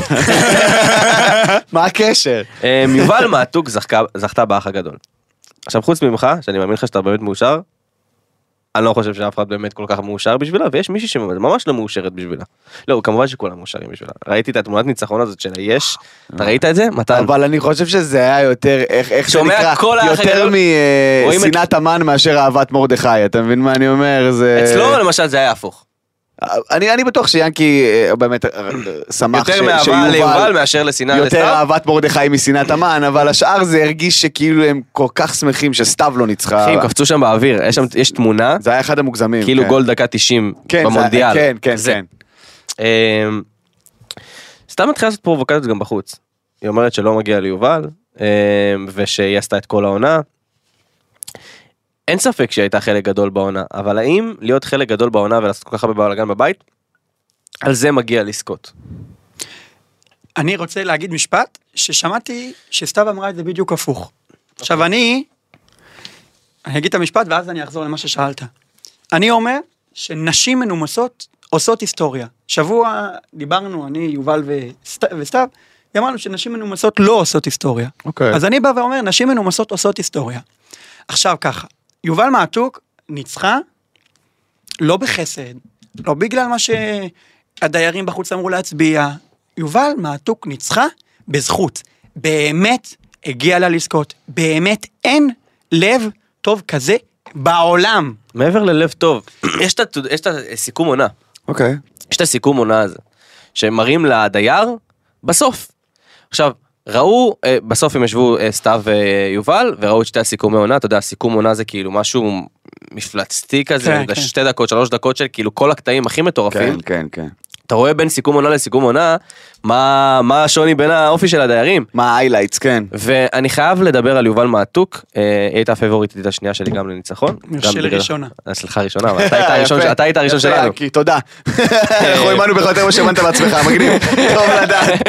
מה הקשר? יובל מעתוק זכתה באח הגדול. עכשיו חוץ ממך, שאני מאמין לך שאתה באמת מאושר, אני לא חושב שאף אחד באמת כל כך מאושר בשבילה, ויש מישהי שממש לא מאושרת בשבילה. לא, כמובן שכולם מאושרים בשבילה. ראיתי את התמונת ניצחון הזאת של היש, אתה ראית את זה? מתן? אבל אני חושב שזה היה יותר, איך זה נקרא, יותר משנאת המן מאשר אהבת מרדכי, אתה מבין מה אני אומר? אצלו למשל זה היה הפוך. אני בטוח שיאנקי באמת שמח יותר מאהבה ליובל מאשר לשנאה לסתיו. יותר אהבת מרדכי משנאת המן, אבל השאר זה הרגיש שכאילו הם כל כך שמחים שסתיו לא ניצחה. אחי, הם קפצו שם באוויר, יש תמונה. זה היה אחד המוגזמים. כאילו גול דקה 90 במונדיאל. כן. סתם מתחילה לעשות פרובוקציות גם בחוץ. היא אומרת שלא מגיע ליובל, ושהיא עשתה את כל העונה. אין ספק שהייתה חלק גדול בעונה, אבל האם להיות חלק גדול בעונה ולעשות כל כך הרבה בלגן בבית, על זה מגיע לזכות. אני רוצה להגיד משפט ששמעתי שסתיו אמרה את זה בדיוק הפוך. עכשיו אני אגיד את המשפט ואז אני אחזור למה ששאלת. אני אומר שנשים מנומסות עושות היסטוריה. שבוע דיברנו, אני, יובל וסתיו, ואמרנו שנשים מנומסות לא עושות היסטוריה. אז אני בא ואומר, נשים מנומסות עושות היסטוריה. עכשיו ככה, יובל מעתוק ניצחה, לא בחסד, לא בגלל מה שהדיירים בחוץ אמרו להצביע, יובל מעתוק ניצחה בזכות. באמת הגיע לה לזכות. באמת אין לב טוב כזה בעולם. מעבר ללב טוב, יש את הסיכום עונה. אוקיי. יש את הסיכום עונה הזה, שמראים לדייר בסוף. עכשיו, ראו, בסוף הם ישבו סתיו ויובל, וראו את שתי הסיכומי עונה, אתה יודע, הסיכום עונה זה כאילו משהו מפלצתי כזה, 2 דקות, 3 דקות של כאילו כל הקטעים הכי מטורפים. כן, כן. אתה רואה בין סיכום עונה לסיכום עונה, מה השוני בין האופי של הדיירים. מה ההיילייטס, כן. ואני חייב לדבר על יובל מעתוק, היא הייתה הפייבוריטית השנייה שלי גם לניצחון. שלי ראשונה. סליחה ראשונה, אבל אתה היית הראשון שלנו. תודה. אנחנו אימנו בכל יותר מה שהבנת בעצמך, מגניב. טוב לדעת.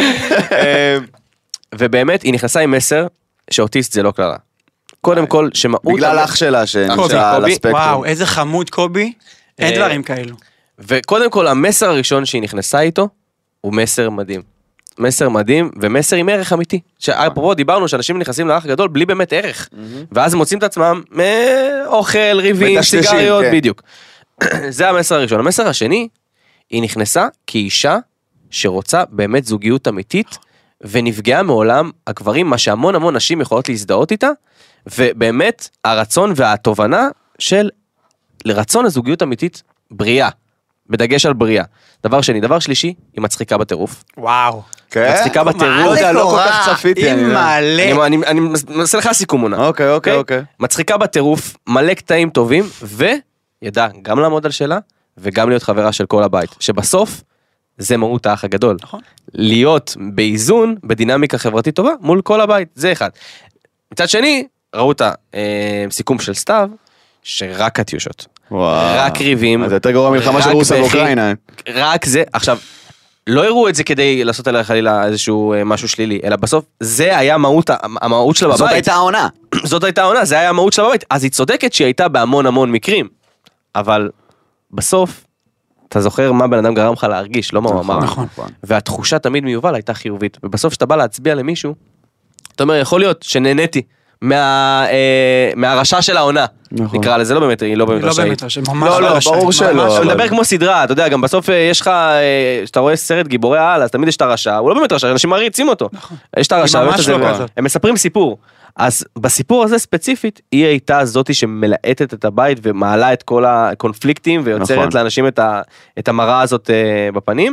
ובאמת היא נכנסה עם מסר שאוטיסט זה לא קלרה. קודם כל שמהות... בגלל אח שלה שנמצא על הספקטרום. וואו, איזה חמוד קובי, אין דברים כאלו. וקודם כל המסר הראשון שהיא נכנסה איתו, הוא מסר מדהים. מסר מדהים ומסר עם ערך אמיתי. שאפרופו דיברנו שאנשים נכנסים לאח גדול בלי באמת ערך. ואז הם מוצאים את עצמם מאוכל, ריבים, סיגריות, בדיוק. זה המסר הראשון. המסר השני, היא נכנסה כאישה שרוצה באמת זוגיות אמיתית, ונפגעה מעולם הגברים, מה שהמון המון נשים יכולות להזדהות איתה, ובאמת הרצון והתובנה של לרצון לזוגיות אמיתית בריאה, בדגש על בריאה. דבר שני, דבר שלישי, היא מצחיקה בטירוף. וואו. מצחיקה בטירוף. לא כל כך צפיתי. אני מנסה לך סיכום עונה. אוקיי. מצחיקה בטירוף, מלא קטעים טובים, וידע גם לעמוד על שלה, וגם להיות חברה של כל הבית. שבסוף, זה מהות האח הגדול. נכון. להיות באיזון, בדינמיקה חברתית טובה, מול כל הבית. זה אחד. מצד שני, ראו את הסיכום של סתיו, שרק קטיושות. רק ריבים. אז יותר גרוע מלחמה של רוסיה ואוקראינה. רק זה, עכשיו, לא הראו את זה כדי לעשות עליה חלילה איזשהו משהו שלילי, אלא בסוף זה היה המהות שלה בבית. זאת הייתה העונה. זאת הייתה העונה, זה היה המהות שלה בבית. אז היא צודקת שהיא הייתה בהמון המון מקרים. אבל בסוף, אתה זוכר מה בן אדם גרם לך להרגיש, לא מה הוא אמר. נכון. והתחושה תמיד מיובל הייתה חיובית. ובסוף שאתה בא להצביע למישהו, אתה אומר, יכול להיות שנהניתי מהרשע של העונה. נקרא לזה, לא באמת, היא לא באמת רשעית. לא, ברור שלא. אתה מדבר כמו סדרה, אתה יודע, גם בסוף יש לך, שאתה רואה סרט גיבורי העל, אז תמיד יש את הרשע, הוא לא באמת רשע, אנשים מעריצים אותו. יש את הרשע, הם מספרים סיפור. אז בסיפור הזה ספציפית, היא הייתה זאתי שמלאטת את הבית, ומעלה את כל הקונפליקטים, ויוצרת לאנשים את המראה הזאת בפנים.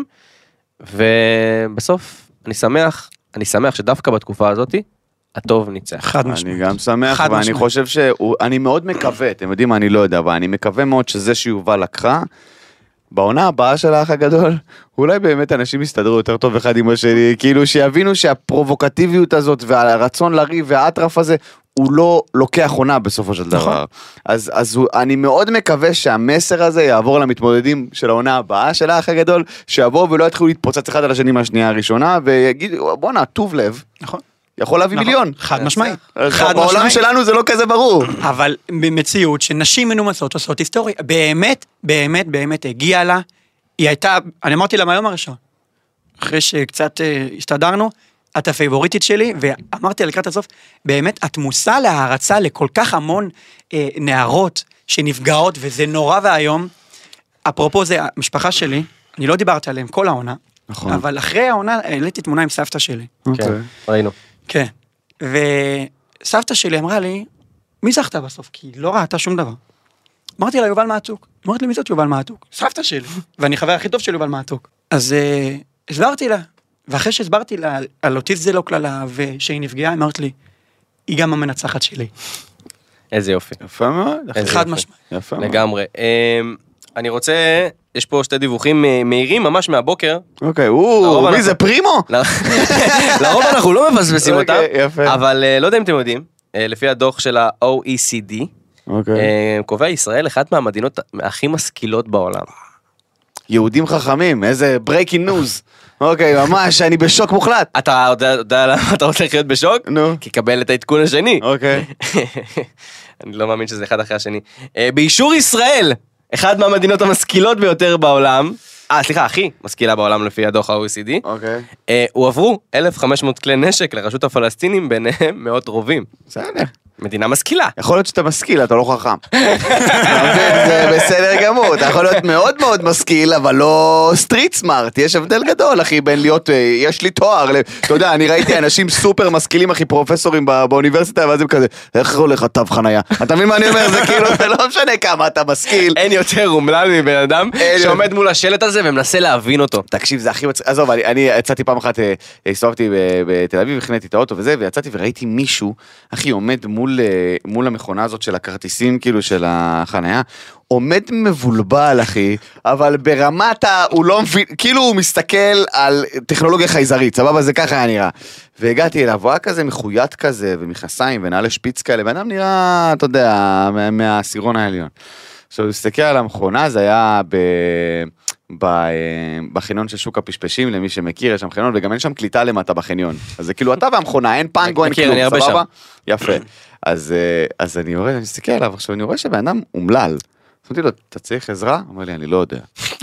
ובסוף, אני שמח שדווקא בתקופה הזאת, הטוב ניצח. חד משמעית. אני גם שמח, ואני חושב אני מאוד מקווה, אתם יודעים מה, אני לא יודע, אבל אני מקווה מאוד שזה שיובל לקחה, בעונה הבאה של האח הגדול, אולי באמת אנשים יסתדרו יותר טוב אחד עם השני, כאילו שיבינו שהפרובוקטיביות הזאת, והרצון לריב והאטרף הזה, הוא לא לוקח עונה בסופו של דבר. אז אני מאוד מקווה שהמסר הזה יעבור למתמודדים של העונה הבאה של האח הגדול, שיבואו ולא יתחילו להתפוצץ אחד על השני מהשנייה הראשונה, ויגידו, בוא'נה, טוב לב. נכון. יכול להביא מיליון. חד משמעית. בעולם שלנו זה לא כזה ברור. אבל במציאות שנשים מנומסות עושות היסטוריה, באמת הגיעה לה, היא הייתה, אני אמרתי לה מהיום הראשון, אחרי שקצת השתדרנו, את הפייבוריטית שלי, ואמרתי לה לקראת הסוף, באמת את מושא להערצה לכל כך המון נערות שנפגעות, וזה נורא והיום, אפרופו זה, המשפחה שלי, אני לא דיברתי עליהם כל העונה, אבל אחרי העונה העליתי תמונה עם סבתא שלי. כן, ראינו. כן, וסבתא שלי אמרה לי, מי זכתה בסוף? כי היא לא ראתה שום דבר. אמרתי לה, יובל מעתוק. אמרתי לי, מי זאת יובל מעתוק? סבתא שלי, ואני חבר הכי טוב של יובל מעתוק. אז הסברתי לה, ואחרי שהסברתי לה, על אוטיסט זה לא כללה, ושהיא נפגעה, אמרת לי, היא גם המנצחת שלי. איזה יופי. יפה מאוד. חד משמעית. יפה מאוד. לגמרי. אני רוצה, יש פה שתי דיווחים מהירים ממש מהבוקר. אוקיי, מי זה פרימו? לרוב אנחנו לא מבסבסים אותם, אבל לא יודע אם אתם יודעים, לפי הדוח של ה-OECD, קובע ישראל אחת מהמדינות הכי משכילות בעולם. יהודים חכמים, איזה breaking news. אוקיי, ממש, אני בשוק מוחלט. אתה יודע למה אתה רוצה לחיות בשוק? נו. כי קבל את העדכון השני. אוקיי. אני לא מאמין שזה אחד אחרי השני. באישור ישראל, אחד מהמדינות המשכילות ביותר בעולם, סליחה, הכי משכילה בעולם לפי הדוח ה-OECD, אוקיי. הועברו 1,500 כלי נשק לרשות הפלסטינים, ביניהם מאות רובים. בסדר. מדינה משכילה. יכול להיות שאתה משכיל, אתה לא חכם. זה בסדר גמור, אתה יכול להיות מאוד מאוד משכיל, אבל לא סטריט סמארט, יש הבדל גדול, אחי, בין להיות, יש לי תואר, אתה יודע, אני ראיתי אנשים סופר משכילים, אחי, פרופסורים באוניברסיטה, ואז הם כזה, איך הולך התו חניה? אתה מבין מה אני אומר? זה כאילו, זה לא משנה כמה אתה משכיל. אין יותר אומלל מבן אדם שעומד מול השלט הזה ומנסה להבין אותו. תקשיב, זה הכי מצחיק, עזוב, אני יצאתי פעם אחת, הסתובבתי בתל אביב, הכנתי את האוטו וזה, ויצאתי וראיתי מישהו, אחי, עומד מול המכונה הזאת של הכרטיסים, כאילו של החניה, עומד מבולבל, אחי, אבל ברמת הוא לא מבין, כאילו הוא מסתכל על טכנולוגיה חייזרית, סבבה, זה ככה היה נראה. והגעתי אליו, הוא היה כזה מחויית כזה, ומכסיים, ונעלי שפיץ כאלה, ואדם נראה, אתה יודע, מהסירון העליון. עכשיו, להסתכל על המכונה, זה היה בחניון של שוק הפשפשים, למי שמכיר, יש שם חניון, וגם אין שם קליטה למטה בחניון. אז זה כאילו אתה והמכונה, אין פנגו, אין כלום, סבבה? יפה. אז אני יורד, אני מסתכל עליו, עכשיו אני רואה שבן אדם אומלל. אמרתי לו, אתה צריך עזרה? הוא אומר לי, אני לא יודע.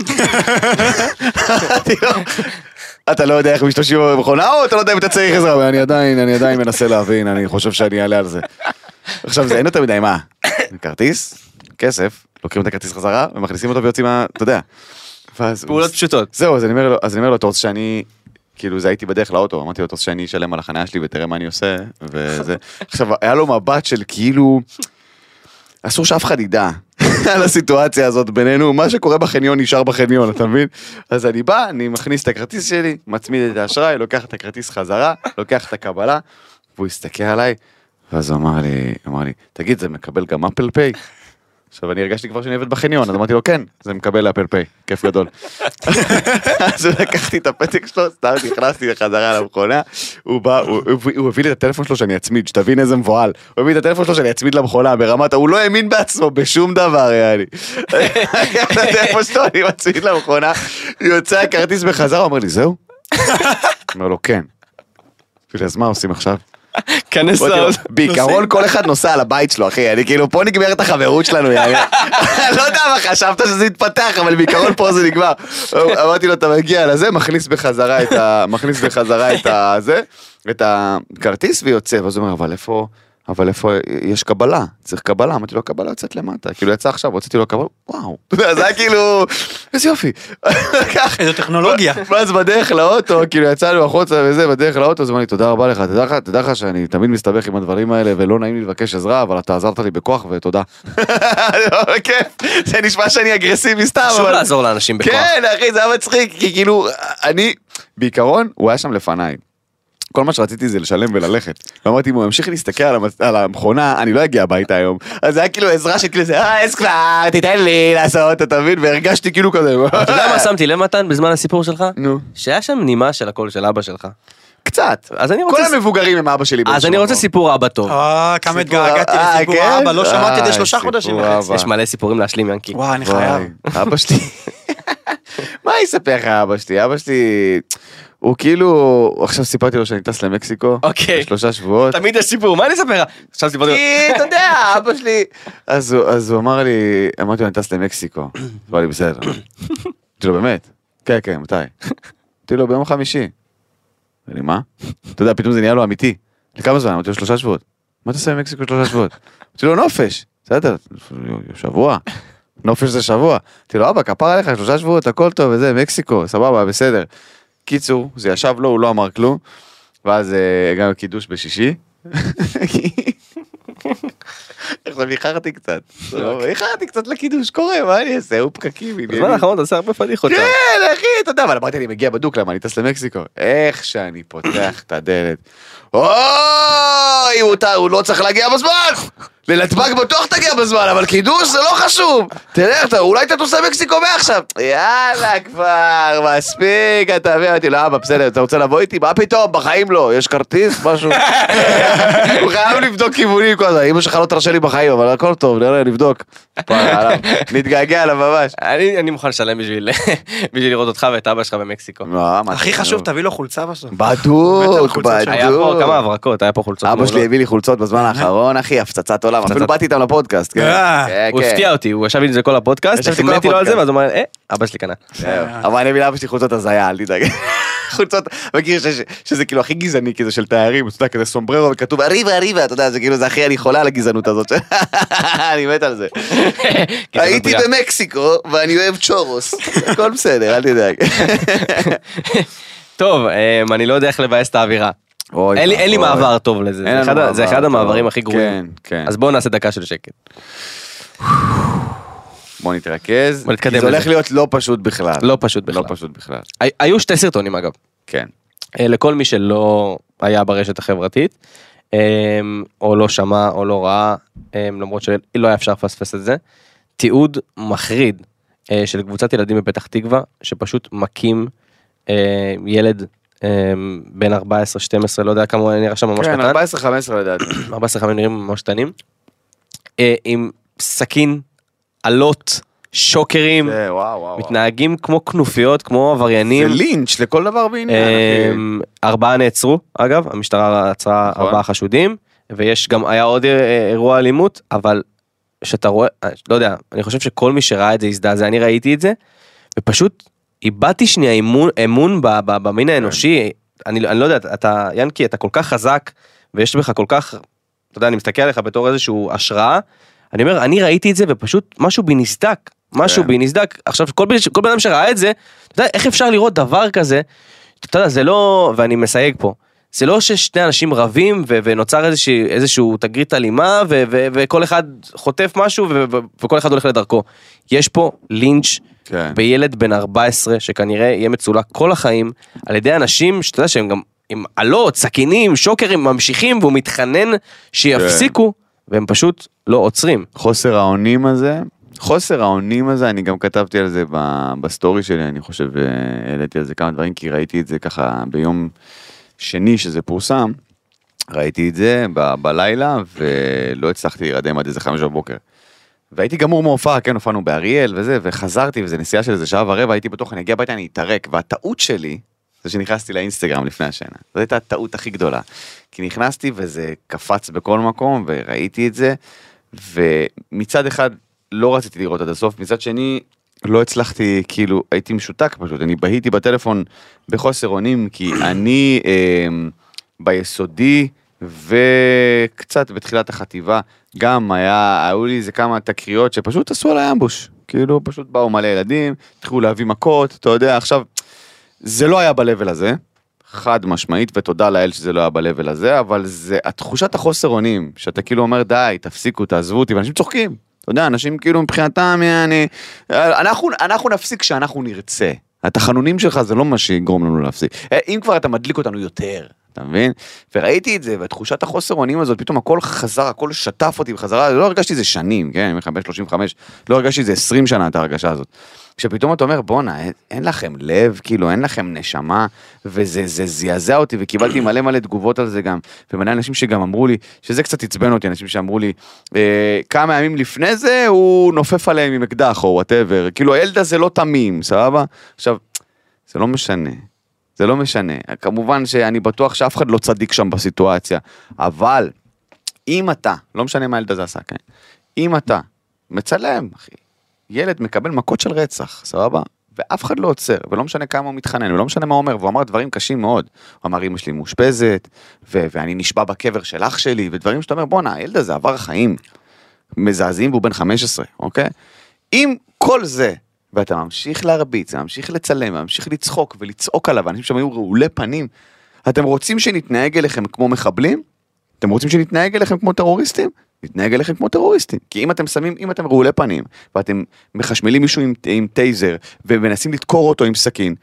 אתה לא יודע איך משתמשים במכונה, או אתה לא יודע אם אתה צריך עזרה? אני עדיין מנסה להבין, אני חושב שאני אעלה על זה. עכשיו זה אין יותר מדי, מה? כרטיס, כסף, לוקחים את הכרטיס חזרה, ומכניסים אותו ויוצאים, אתה יודע. פעולות פשוטות. זהו, אז אני אומר לו, אתה רוצה שאני, כאילו זה הייתי בדרך לאוטו, אמרתי לו, אתה רוצה שאני אשלם על החניה שלי ותראה מה אני עושה, וזה. עכשיו, היה לו מבט של כאילו, אסור שאף אחד ידע על הסיטואציה הזאת בינינו, מה שקורה בחניון נשאר בחניון, אתה מבין? אז אני בא, אני מכניס את הכרטיס שלי, מצמיד את האשראי, לוקח את הכרטיס חזרה, לוקח את הקבלה, והוא הסתכל עליי, ואז הוא אמר לי, תגיד, זה מקבל גם אפל פיי? עכשיו אני הרגשתי כבר שאני עובד בחניון, אז אמרתי לו, כן, זה מקבל אפל פיי, כיף גדול. אז לקחתי את הפתק שלו, סתם נכנסתי לחזרה למכונה, הוא הביא לי את הטלפון שלו שאני אצמיד, שתבין איזה מבועל, הוא הביא את הטלפון שלו שאני אצמיד למכונה, ברמת, הוא לא האמין בעצמו בשום דבר, יעני. את הטלפון שלו, אני מצמיד למכונה, יוצא הכרטיס בחזרה, הוא אומר לי, זהו? אומר לו, כן. אז מה עושים עכשיו? כנס לעוד. בעיקרון כל אחד נוסע על הבית שלו, אחי, אני כאילו, פה נגמרת החברות שלנו, אני לא יודע מה חשבת שזה יתפתח, אבל בעיקרון פה זה נגמר. אמרתי לו, אתה מגיע לזה, מכניס בחזרה את הכרטיס ויוצא, ואז הוא אומר, אבל איפה יש קבלה? צריך קבלה, אמרתי לו, קבלה יוצאת למטה, כאילו יצא עכשיו, הוצאתי לו קבלה, וואו, זה היה כאילו, איזה יופי. איזו טכנולוגיה. ואז בדרך לאוטו, כאילו יצאנו החוצה וזה, בדרך לאוטו, אז אמר לי, תודה רבה לך, תדע לך שאני תמיד מסתבך עם הדברים האלה, ולא נעים לי לבקש עזרה, אבל אתה עזרת לי בכוח, ותודה. כיף, זה נשמע שאני אגרסיבי סתם. חשוב לעזור לאנשים בכוח. כן, אחי, זה היה מצחיק, כי כאילו, אני, בעיקרון, הוא היה שם לפניי. כל מה שרציתי זה לשלם וללכת. ואמרתי, אם הוא המשיך להסתכל על המכונה, אני לא אגיע הביתה היום. אז זה היה כאילו עזרה של כאילו זה, אז כבר, תיתן לי לעשות, אתה מבין? והרגשתי כאילו כזה. אתה יודע מה שמתי לב מתן בזמן הסיפור שלך? נו. שהיה שם נימה של הקול של אבא שלך. קצת. כל המבוגרים הם אבא שלי. אז אני רוצה סיפור אבא טוב. כמה התגעגעתי לסיפור אבא, לא שמעתי את זה 3 חודשים וחצי. יש מלא סיפורים להשלים, ינקי. וואי, אני חייב. אבא שלי. מה יספר לך אבא שלי? אבא שלי, הוא כאילו, עכשיו סיפרתי לו שאני טס למקסיקו, 3 שבועות. תמיד יש סיפור, מה אני אספר? עכשיו סיפרתי לו. כי, אתה יודע, אבא שלי. אז הוא אמר לי, אמרתי לו, אני טס למקסיקו. אמר לי, בסדר. אמרתי לו, באמת? כן, כן, מתי? אמרתי לו, ביום חמישי. אמרתי לי, מה? אתה יודע, פתאום זה נהיה לו אמיתי. לכמה זמן? אמרתי לו, 3 שבועות. מה תעשה במקסיקו 3 שבועות? אמרתי לו, נופש. בסדר, שבוע. נופש זה שבוע. אמרתי לו, אבא, כפר עליך, 3 שבועות, הכל טוב, וזה, מקסיקו, סבבה, בסדר. קיצור, זה ישב לו, הוא לא אמר כלום, ואז הגענו קידוש בשישי. עכשיו איחרתי קצת לקידוש, קורה, מה אני אעשה? הוא פקקים. בזמן האחרון אתה עושה הרבה פדיחות. כן, אחי, אתה יודע, אבל אמרתי, אני מגיע בדוק, למה אני טס למקסיקו? איך שאני פותח את הדלת. אוי, הוא לא צריך להגיע בזמן! לנתב"ג בטוח תגיע בזמן, אבל קידוש זה לא חשוב. תלך, אולי אתה תעושה מקסיקו מעכשיו. יאללה כבר, מספיק, אתה מבין, אמרתי לו, אבא, בסדר, אתה רוצה לבוא איתי? מה פתאום, בחיים לא, יש כרטיס, משהו. הוא חייב לבדוק כיוונים כל הזמן, אמא שלך לא תרשה לי בחיים, אבל הכל טוב, נראה, נבדוק. נתגעגע עליו ממש. אני מוכן לשלם בשביל לראות אותך ואת אבא שלך במקסיקו. הכי חשוב, תביא לו חולצה בסוף. בדוק. היה פה כמה הברקות, היה פה חולצות. אבא שלי הביא לי חולצות בזמן האחרון, אחי, הפצצת עולם, אפילו באתי איתם לפודקאסט. הוא הפתיע אותי, הוא ישב עם זה כל הפודקאסט, החמאתי לו על זה, ואז הוא אומר, אבא שלי קנה. אבל אני אביא לאבא שלי חולצות הזיה, אל תדאג. חולצות, מכיר שזה כאילו הכי גזעני כזה של תיירים, אתה יודע, כזה סומבררו וכתוב אריבה, אתה יודע, זה כאילו, זה הכי, אני חולה על הגזענות הזאת, אני מת על זה. הייתי במקסיקו, ואני אוהב צ'ורוס, הכל בסדר, אל תדאג. טוב, אני לא יודע איך לבאס את האווירה. אין לי מעבר טוב לזה, זה אחד המעברים הכי גרועים. אז בואו נעשה דקה של שקט. בוא נתרכז, כי זה הולך להיות לא פשוט בכלל. לא פשוט בכלל. היו 2 סרטונים אגב. כן. לכל מי שלא היה ברשת החברתית, או לא שמע או לא ראה, למרות שלא היה אפשר לפספס את זה, תיעוד מחריד של קבוצת ילדים בפתח תקווה, שפשוט מקים ילד בין 14-12, לא יודע כמה נראה שם ממש קטן. כן, 14-15 לדעתי. 14-15 נראים ממש קטנים. עם סכין, עלות, שוקרים, מתנהגים כמו כנופיות, כמו עבריינים. זה לינץ' לכל דבר בעניין. 4 נעצרו, אגב, המשטרה עצרה 4 חשודים, ויש גם, היה עוד אירוע אלימות, אבל שאתה רואה, לא יודע, אני חושב שכל מי שראה את זה הזדעזע, אני ראיתי את זה, ופשוט איבדתי שנייה אמון במין האנושי, אני לא יודע, אתה, ינקי, אתה כל כך חזק, ויש בך כל כך, אתה יודע, אני מסתכל עליך בתור איזשהו השראה, אני אומר, אני ראיתי את זה, ופשוט משהו בי נסדק, עכשיו, כל בן אדם שראה את זה, אתה יודע, איך אפשר לראות דבר כזה, אתה יודע, זה לא, ואני מסייג פה, זה לא ששני אנשים רבים, ונוצר איזשהו תגרית אלימה, וכל אחד חוטף משהו, וכל אחד הולך לדרכו. יש פה לינץ' בילד בן 14, שכנראה יהיה מצולק כל החיים, על ידי אנשים, שאתה יודע שהם גם עם עלות, סכינים, שוקרים, ממשיכים, והוא מתחנן שיפסיקו, והם פשוט לא עוצרים. חוסר האונים הזה, אני גם כתבתי על זה בסטורי שלי, אני חושב, העליתי על זה כמה דברים, כי ראיתי את זה ככה ביום שני שזה פורסם, ראיתי את זה בלילה, ולא הצלחתי להירדם עד איזה 5 בבוקר. והייתי גמור מהופעה, כן, הופענו באריאל וזה, וחזרתי, וזה נסיעה של איזה 1.25 שעה, הייתי בטוח, אני אגיע הביתה, אני אתרק, והטעות שלי, זה שנכנסתי לאינסטגרם לפני השינה. זו הייתה הטעות הכי גדולה. כי נכנסתי וזה קפץ בכל מקום, וראיתי את זה, ומצד אחד לא רציתי לראות עד הסוף, מצד שני לא הצלחתי, כאילו, הייתי משותק פשוט, אני בהיתי בטלפון בחוסר אונים, כי אני ביסודי, וקצת בתחילת החטיבה, גם היו לי איזה כמה תקריות שפשוט עשו עליי אמבוש, כאילו פשוט באו מלא ילדים, התחילו להביא מכות, אתה יודע, עכשיו, זה לא היה בלבל הזה, חד משמעית, ותודה לאל שזה לא היה בלבל הזה, אבל זה התחושת החוסר אונים, שאתה כאילו אומר די, תפסיקו, תעזבו אותי, ואנשים צוחקים, אתה יודע, אנשים כאילו מבחינתם, אנחנו נפסיק כשאנחנו נרצה, התחנונים שלך זה לא מה שיגרום לנו להפסיק, אם כבר אתה מדליק אותנו יותר, אתה מבין? וראיתי את זה, ותחושת החוסר אונים הזאת, פתאום הכל חזר, הכל שטף אותי בחזרה, לא הרגשתי זה שנים, כן, אני מחבר 35, לא הרגשתי זה 20 שנה את ההרגשה הזאת. כשפתאום אתה אומר, בונה, אין לכם לב, כאילו, אין לכם נשמה, וזה זעזע אותי, וקיבלתי מלא תגובות על זה גם, ומלא אנשים שגם אמרו לי, שזה קצת עצבן אותי, אנשים שאמרו לי, כמה ימים לפני זה, הוא נופף עליהם עם אקדח, או whatever, כאילו, הילד הזה לא תמים, סבבה? עכשיו, זה לא משנה. זה לא משנה, כמובן שאני בטוח שאף אחד לא צדיק שם בסיטואציה, אבל אם אתה, לא משנה מה הילד הזה עשה, כן? אם אתה מצלם, אחי, ילד מקבל מכות של רצח, סבבה? ואף אחד לא עוצר, ולא משנה כמה הוא מתחנן, ולא משנה מה הוא אומר, והוא אמר דברים קשים מאוד, הוא אמר אמא שלי מאושפזת, ואני נשבע בקבר של אח שלי, ודברים שאתה אומר, בונה, הילד הזה עבר חיים מזעזעים והוא בן 15, אוקיי? אם כל זה, ואתה ממשיך להרביץ, ממשיך לצלם, ממשיך לצחוק ולצעוק עליו, אנשים שם היו רעולי פנים, אתם רוצים שנתנהג אליכם כמו מחבלים? אתם רוצים שנתנהג אליכם כמו טרוריסטים? נתנהג אליכם כמו טרוריסטים, כי אם אתם רעולי פנים, ואתם מחשמלים מישהו עם טייזר, ומנסים לדקור אותו עם סכין,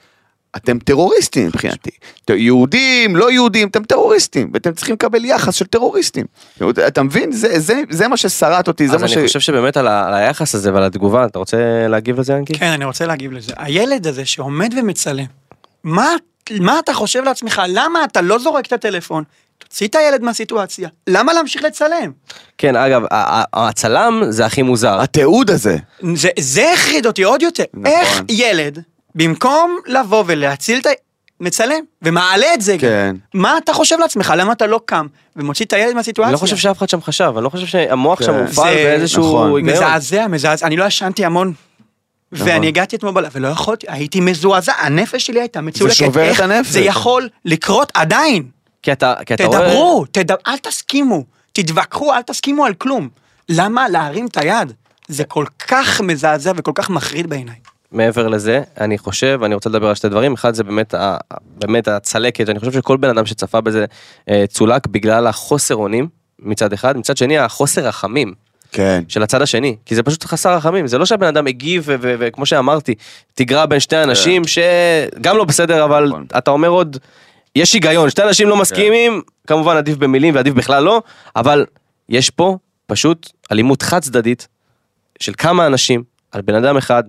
אתם טרוריסטים מבחינתי. יהודים, לא יהודים, אתם טרוריסטים, ואתם צריכים לקבל יחס של טרוריסטים. אתה מבין? זה מה ששרט אותי. אז אני חושב שבאמת על היחס הזה ועל התגובה, אתה רוצה להגיב לזה, אנקי? כן, אני רוצה להגיב לזה. הילד הזה שעומד ומצלם, מה אתה חושב לעצמך? למה אתה לא זורק את הטלפון? תוציא את הילד מהסיטואציה. למה להמשיך לצלם? כן, אגב, הצלם זה הכי מוזר. התיעוד הזה. זה החריד אותי עוד יותר. איך ילד, במקום לבוא ולהציל את מצלם, ומעלה את זה גם. מה אתה חושב לעצמך? למה אתה לא קם ומוציא את הילד מהסיטואציה? אני לא חושב שאף אחד שם חשב, אני לא חושב שהמוח שם מופעל באיזשהו היגיון. מזעזע, אני לא ישנתי המון. ואני הגעתי אתמול בלילה, ולא יכולתי, הייתי מזועזע, הנפש שלי הייתה מצולקת. זה שובר את הנפש. זה יכול לקרות עדיין. תדברו, אל תסכימו, תתווכחו, אל תסכימו על כלום. למה להרים את היד? זה כל כך מזעזע וכל כך מחריד בעיניי. מעבר לזה, אני חושב, אני רוצה לדבר על שתי דברים, אחד זה באמת הצלקת, אני חושב שכל בן אדם שצפה בזה צולק בגלל החוסר אונים מצד אחד, מצד שני החוסר רחמים. כן. של הצד השני, כי זה פשוט חסר רחמים, זה לא שהבן אדם הגיב וכמו שאמרתי, תגרע בין שתי אנשים שגם לא בסדר, אבל אתה אומר עוד, יש היגיון, שתי אנשים לא מסכימים, כמובן עדיף במילים ועדיף בכלל לא, אבל יש פה פשוט אלימות חד צדדית של כמה אנשים על בן אדם אחד,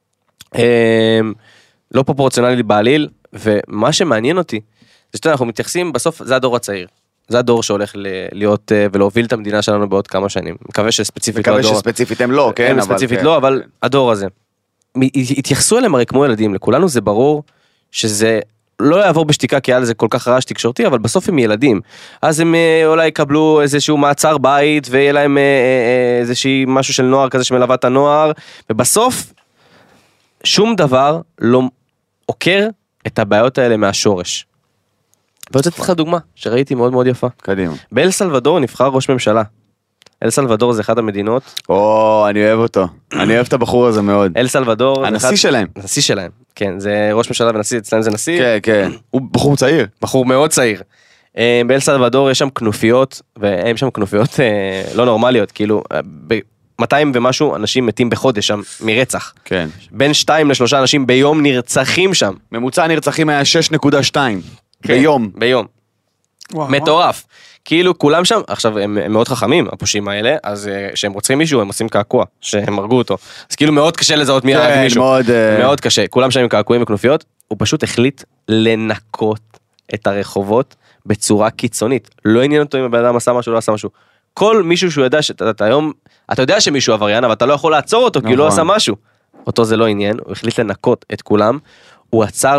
לא פרופורציונלי בעליל, ומה שמעניין אותי, זה שאנחנו מתייחסים, בסוף זה הדור הצעיר. זה הדור שהולך להיות ולהוביל את המדינה שלנו בעוד כמה שנים. מקווה שספציפית לא הדור. מקווה שספציפית הם לא, כן? הם ספציפית לא, אבל הדור הזה. התייחסו אליהם הרי כמו ילדים, לכולנו זה ברור שזה לא יעבור בשתיקה, כי היה לזה כל כך רעש תקשורתי, אבל בסוף הם ילדים. אז הם אולי יקבלו איזשהו מעצר בית, ויהיה להם איזשהו משהו של נוער כזה שמלווה את הנוער, ובסוף שום דבר לא עוקר את הבעיות האלה מהשורש. ואני רוצה לתת לך דוגמה שראיתי מאוד מאוד יפה. קדימה. באל סלבדור נבחר ראש ממשלה. אל סלבדור זה אחת המדינות. אני אוהב אותו. אני אוהב את הבחור הזה מאוד. אל סלבדור. הנשיא שלהם. הנשיא שלהם. כן, זה ראש ממשלה ונשיא, אצלם זה נשיא. כן, כן. הוא בחור צעיר. בחור מאוד צעיר. באל סלבדור יש שם כנופיות, והם שם כנופיות לא נורמליות, כאילו, 200 ומשהו אנשים מתים בחודש שם מרצח. כן. בין 2 ל3 אנשים ביום נרצחים שם. ממוצע נרצחים היה 6.2. ביום. ביום. מטורף. כאילו כולם שם, עכשיו הם מאוד חכמים, הפושעים האלה, אז כשהם רוצים מישהו, הם עושים קעקוע, שהם הרגו אותו. אז כאילו מאוד קשה לזהות מי הרג מישהו. מאוד קשה. כולם שם עם קעקועים וכנופיות, הוא פשוט החליט לנקות את הרחובות בצורה קיצונית. לא עניין אותו אם הבן אדם עשה משהו, לא עשה משהו. כל מישהו שהוא ידע שאתה היום, אתה יודע שמישהו עבריין, אבל אתה לא יכול לעצור אותו, כי הוא לא עשה משהו. אותו זה לא עניין, הוא החליט לנקות את כולם. הוא עצר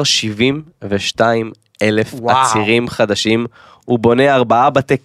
72,000 עצירים חדשים, הוא בונה 4 בתי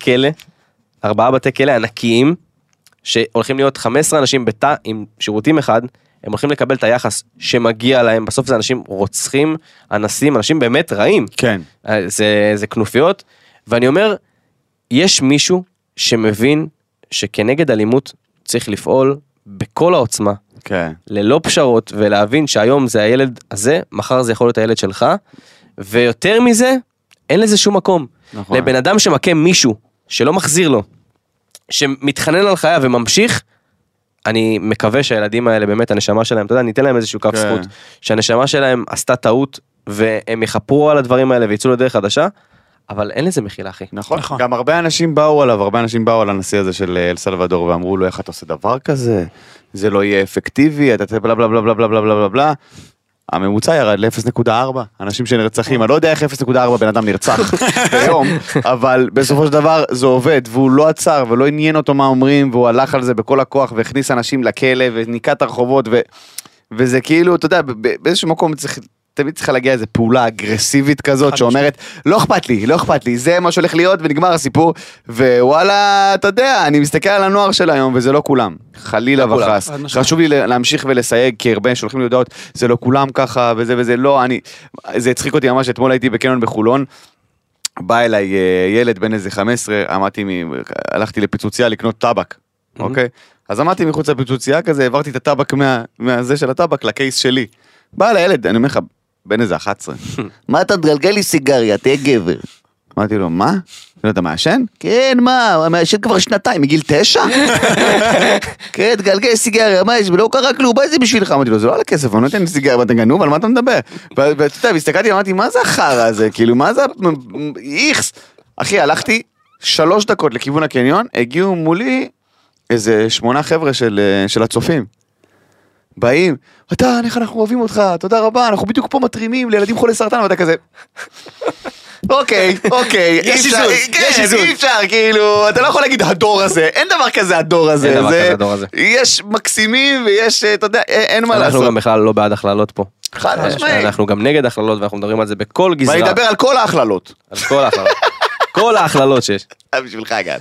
כלא ענקיים, שהולכים להיות 15 אנשים בתא עם שירותים אחד, הם הולכים לקבל את היחס שמגיע להם, בסוף זה אנשים רוצחים, אנסים, אנשים באמת רעים. כן. זה כנופיות, ואני אומר, יש מישהו שמבין שכנגד אלימות צריך לפעול בכל העוצמה, כן. ללא פשרות, ולהבין שהיום זה הילד הזה, מחר זה יכול להיות הילד שלך, ויותר מזה, אין לזה שום מקום. נכון. לבן אדם שמכה מישהו, שלא מחזיר לו, שמתחנן על חיה וממשיך, אני מקווה שהילדים האלה, באמת הנשמה שלהם, אתה יודע, ניתן להם איזשהו כף זכות, שהנשמה שלהם עשתה טעות, והם יחפרו על הדברים האלה, ויצאו לדרך חדשה, אבל אין לזה מחילה, אחי. נכון. גם הרבה אנשים באו עליו, הרבה אנשים באו על הנשיא הזה של אל סלבדור, ואמרו לו, איך אתה עושה דבר כזה? זה לא יהיה אפקטיבי, אתה בלה בלה בלה בלה בלה בלה בלה בלה. הממוצע ירד ל-0.4, אנשים שנרצחים, אני לא יודע איך 0.4 בן אדם נרצח ביום, אבל בסופו של דבר זה עובד, והוא לא עצר ולא עניין אותו מה אומרים, והוא הלך על זה בכל הכוח, והכניס אנשים לכלא, וניקה את הרחובות, וזה כאילו, אתה יודע, באיזשהו מקום תמיד צריכה להגיע איזו פעולה אגרסיבית כזאת, שאומרת, לא אכפת לי, זה מה שהולך להיות, ונגמר הסיפור, ווואלה, אתה יודע, אני מסתכל על הנוער של היום, וזה לא כולם, חלילה וחס, חשוב לי להמשיך ולסייג, כי הרבה שולחים לי הודעות, זה לא כולם ככה, וזה לא, זה הצחיק אותי ממש, אתמול הייתי בקניון בחולון, בא אליי ילד בן איזה 15, הלכתי לפיצוציה לקנות טבק, אוקיי? אז עמדתי מחוץ לפיצוציה כזה, העברתי את הטבק מהזה של הטבק לקייס שלי. בא אליי ילד, אני אומר לך, בן איזה 11. מה אתה תגלגל לי סיגריה, תהיה גבר. אמרתי לו, מה? אתה מעשן? כן, מה, מעשן כבר 2 מגיל 9? כן, תגלגל סיגריה, מה יש, לא קרה כלום, מה זה בשבילך? אמרתי לו, זה לא על הכסף, אני נותן סיגריה, ואתה גנוב, על מה אתה מדבר? ואתה יודע, והסתכלתי, אמרתי, מה זה החרא הזה? כאילו, מה זה, איכס? אחי, הלכתי 3 דקות לכיוון הקניון, הגיעו מולי איזה 8 חבר'ה של הצופים. באים, מתן, איך אנחנו אוהבים אותך, תודה רבה, אנחנו בדיוק פה מתרימים לילדים חולי סרטן, ואתה כזה... אוקיי, יש איזון, אי אפשר, כאילו, אתה לא יכול להגיד הדור הזה, אין דבר כזה הדור הזה, אין דבר כזה הדור הזה. יש מקסימים ויש, אתה יודע, אין מה לעשות. אנחנו גם בכלל לא בעד הכללות פה. חד משמעי. אנחנו גם נגד הכללות, ואנחנו מדברים על זה בכל גזרה. ואני אדבר על כל ההכללות. על כל ההכללות. כל ההכללות שיש. בשבילך גם.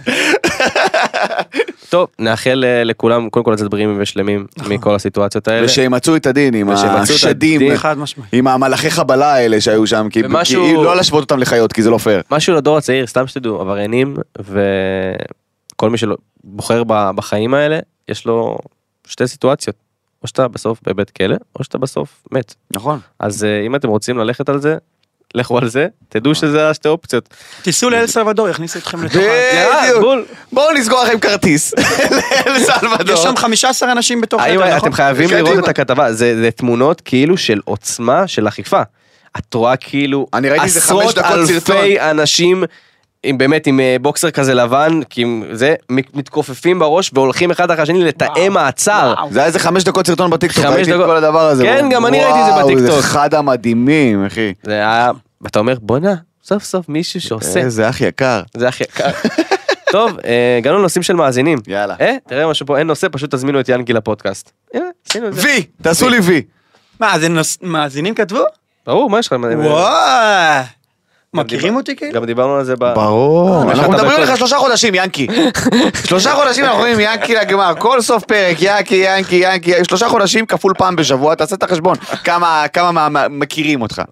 טוב, נאחל לכולם, קודם כל לצאת בריאים ושלמים מכל הסיטואציות האלה. ושהמצאו את הדין עם השדים, עם המלאכי חבלה האלה שהיו שם, כי לא להשוות אותם לחיות, כי זה לא פייר. משהו לדור הצעיר, סתם שתדעו, עבריינים, וכל מי שבוחר בחיים האלה, יש לו 2 סיטואציות. או שאתה בסוף בבית כלא, או שאתה בסוף מת. נכון. אז אם אתם רוצים ללכת על זה, לכו על זה, תדעו שזה 2 אופציות. תיסעו לאל סלבדור, יכניסו אתכם לתוכה. בואו נסגור לכם כרטיס לאל סלבדור. יש שם 15 אנשים בתוך חדר, נכון? אתם חייבים לראות את הכתבה, זה תמונות כאילו של עוצמה, של אכיפה. את רואה כאילו עשרות אלפי אנשים, באמת עם בוקסר כזה לבן, זה מתכופפים בראש והולכים אחד אחרי השני לתאם מעצר. זה היה איזה 5 דקות סרטון בטיקטוק, ראיתי את כל הדבר הזה. כן, גם אני ראיתי את זה בטיקטוק. זה אחד המדהימים, אחי. זה היה, ואתה אומר, בוא'נה, סוף סוף מישהו שעושה. זה אח יקר. זה אח יקר. טוב, הגענו לנושאים של מאזינים. יאללה. תראה משהו פה, אין נושא, פשוט תזמינו את ינקי לפודקאסט. עשינו את זה. וי, תעשו לי וי. מה, זה מאזינים כתבו? ברור, מה יש לך? וואו. מכירים אותי כאילו? גם דיברנו על זה ברור. אנחנו מדברים עליך 3 חודשים, ינקי. 3 חודשים אנחנו רואים ינקי לגמר, כל סוף פרק, ינקי, 3 חודשים כפול פעם בשבוע, תעשה את החשבון. כמה מכירים אותך?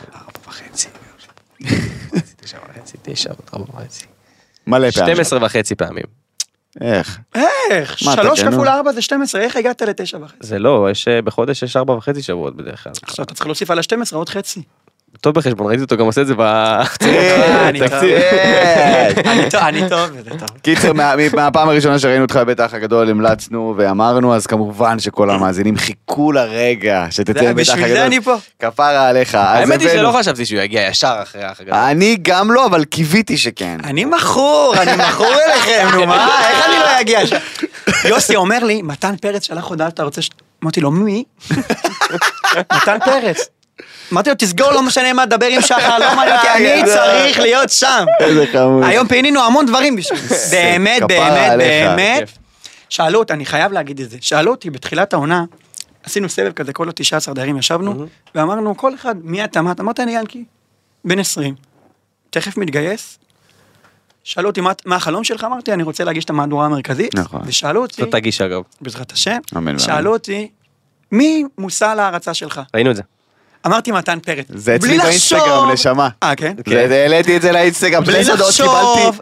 4.5. 9, 4.5. מלא פעמים. 12.5 פעמים. איך? 3 כפול 4 זה 12, איך הגעת ל9.5? זה לא, בחודש יש 4.5 שבועות בדרך כלל. עכשיו אתה צריך להוסיף על ה-12 עוד חצי. טוב בחשבון, ראיתי אותו גם עושה את זה בתקציב. אני טוב, זה טוב. קיצר, מהפעם הראשונה שראינו אותך בבית האח הגדול, המלצנו ואמרנו, אז כמובן שכל המאזינים חיכו לרגע שתצא בבית האח הגדול. בשביל זה אני פה. כפרה עליך. האמת היא שלא חשבתי שהוא יגיע ישר אחרי האח הגדול. אני גם לא, אבל קיוויתי שכן. אני מכור אליכם, נו מה? איך אני לא אגיע שם? יוסי אומר לי, מתן פרץ שלח הודעה, אתה רוצה אמרתי לו, מי? מתן פרץ. אמרתי לו, תסגור, לא משנה מה, דבר עם שחר, לא מעניין אותי, אני צריך להיות שם. איזה חמוד. היום פינינו המון דברים בשביל זה. באמת. שאלו אותי, אני חייב להגיד את זה, שאלו אותי בתחילת העונה, עשינו סבב כזה, כל 19 דיירים ישבנו, ואמרנו, כל אחד, מי אתה, מה? אמרת, אני ינקי, בן 20, תכף מתגייס, שאלו אותי, מה החלום שלך? אמרתי, אני רוצה להגיש את המהדורה המרכזית, ושאלו אותי, זאת תגיש אגב. בעזרת השם, שאלו אותי, מי מושא להערצה שלך? ראינו את זה. אמרתי מתן פרץ. זה אצלי באינסטגרם, נשמה. כן? העליתי את זה לאינסטגרם, בלי לחשוב,